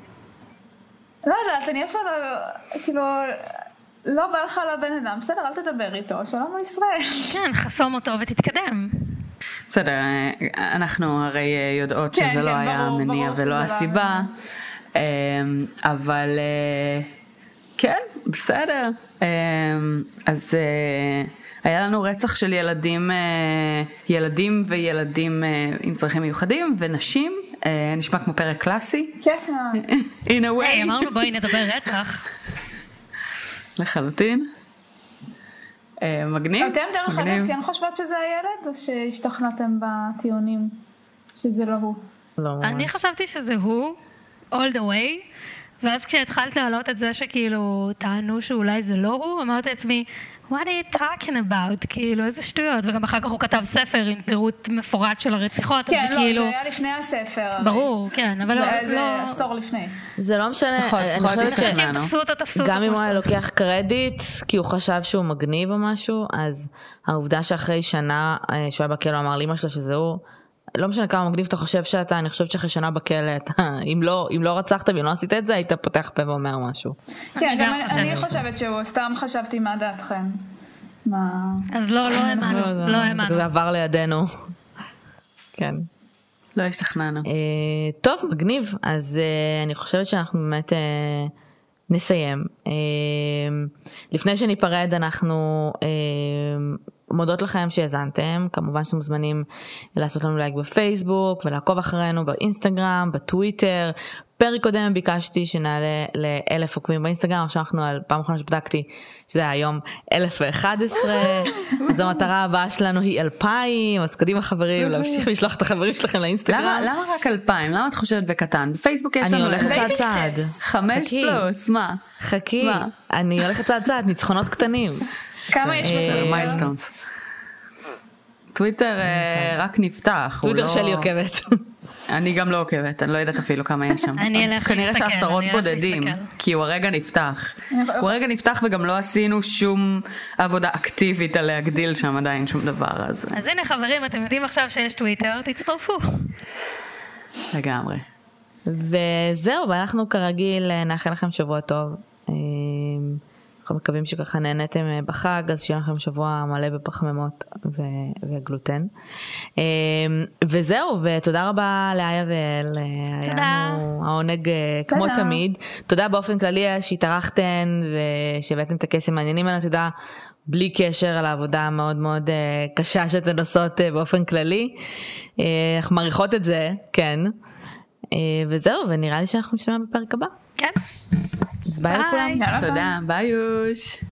[SPEAKER 3] לא יודעת, אני אף פעם לא... כאילו... לא בא לך לבן אדם, בסדר, אל תדבר איתו, שלום על ישראל.
[SPEAKER 4] כן, חסום אותו ותתקדם.
[SPEAKER 2] בסדר, אנחנו הרי יודעות שזה לא היה המניע ולא הסיבה, אבל כן, בסדר. אז היה לנו רצח של ילדים, ילדים וילדים עם צרכים מיוחדים ונשים, נשמע כמו פרק קלאסי.
[SPEAKER 3] כיף מאוד.
[SPEAKER 2] In a way.
[SPEAKER 4] היי, אמרנו בואי נדבר רצח.
[SPEAKER 2] לחלוטין. מגניב.
[SPEAKER 3] אתם דרך אגב כן חושבות שזה הילד, או שהשתכנעתם בטיעונים שזה לא הוא?
[SPEAKER 4] אני חשבתי שזה הוא, all the way, ואז כשהתחלת להעלות את זה שכאילו טענו שאולי זה לא הוא, אמרתי לעצמי, what are you talking about? כאילו, איזה שטויות. וגם אחר כך הוא כתב ספר עם פירוט מפורט של הרציחות.
[SPEAKER 3] כן, לא,
[SPEAKER 4] כאילו...
[SPEAKER 3] זה היה לפני הספר.
[SPEAKER 4] ברור, כן, אבל
[SPEAKER 3] זה
[SPEAKER 4] לא...
[SPEAKER 3] זה עשור לפני.
[SPEAKER 1] זה לא משנה, אני חושבת שגם אם הוא היה לוקח קרדיט, כי הוא חשב שהוא מגניב או משהו, אז העובדה שאחרי שנה שהוא היה בכלא, אמר לאמא שלו שזה הוא, לא משנה כמה מגניב אתה חושב שאתה, אני חושבת שאחרי שנה בכלא, אם לא, אם לא רצחת ואם לא עשית את זה, היית פותח פה ואומר משהו.
[SPEAKER 3] כן, גם אני חושבת שהוא, סתם חשבתי מה דעתכם.
[SPEAKER 4] אז לא, לא האמנו, לא האמנו.
[SPEAKER 1] זה עבר לידינו. כן.
[SPEAKER 2] לא השתכנענו.
[SPEAKER 1] טוב, מגניב. אז אני חושבת שאנחנו באמת נסיים. לפני שניפרד, אנחנו מודות לכם שהזנתם, כמובן שאתם מוזמנים לעשות לנו לייק בפייסבוק ולעקוב אחרינו באינסטגרם, בטוויטר. פרק קודם ביקשתי שנעלה לאלף עוקבים באינסטגרם, עכשיו אנחנו על פעם אחרונה שבדקתי שזה היה היום אלף ואחת עשרה, אז המטרה הבאה שלנו היא אלפיים, אז קדימה חברים, להמשיך לשלוח את החברים שלכם לאינסטגרם.
[SPEAKER 2] למה, למה רק אלפיים? למה את חושבת בקטן? בפייסבוק יש לנו...
[SPEAKER 1] אני הולכת צעד צעד.
[SPEAKER 2] חמש פלוס, מה?
[SPEAKER 1] חכי, אני הולכת צעד צעד, ניצחונות קטנים.
[SPEAKER 3] כמה יש בזה?
[SPEAKER 2] מיילסטונס. טוויטר רק נפתח.
[SPEAKER 1] טוויטר שלי עוקבת.
[SPEAKER 2] אני גם לא עוקבת, אני לא יודעת אפילו כמה יש שם.
[SPEAKER 4] אני אלך להסתכל.
[SPEAKER 2] כנראה שעשרות בודדים, כי הוא הרגע נפתח. הוא הרגע נפתח וגם לא עשינו שום עבודה אקטיבית על להגדיל שם עדיין שום דבר. אז
[SPEAKER 4] הנה חברים, אתם יודעים עכשיו שיש טוויטר, תצטרפו.
[SPEAKER 2] לגמרי.
[SPEAKER 1] וזהו, ואנחנו כרגיל נאחל לכם שבוע טוב. אנחנו מקווים שככה נהנתם בחג, אז שיהיה לכם שבוע מלא בפחמימות וגלוטן. וזהו, ותודה רבה לאיה ואל, היה לנו העונג כמו תמיד. תודה באופן כללי שהתארחתן ושהבאתם את הקסם מעניינים עלינו, תודה בלי קשר על העבודה המאוד מאוד קשה שאתן עושות באופן כללי. אנחנו מעריכות את זה, כן. וזהו, ונראה לי שאנחנו נשמע בפרק הבא.
[SPEAKER 4] כן.
[SPEAKER 1] אז ביי לכולם.
[SPEAKER 2] תודה, ביי יוש.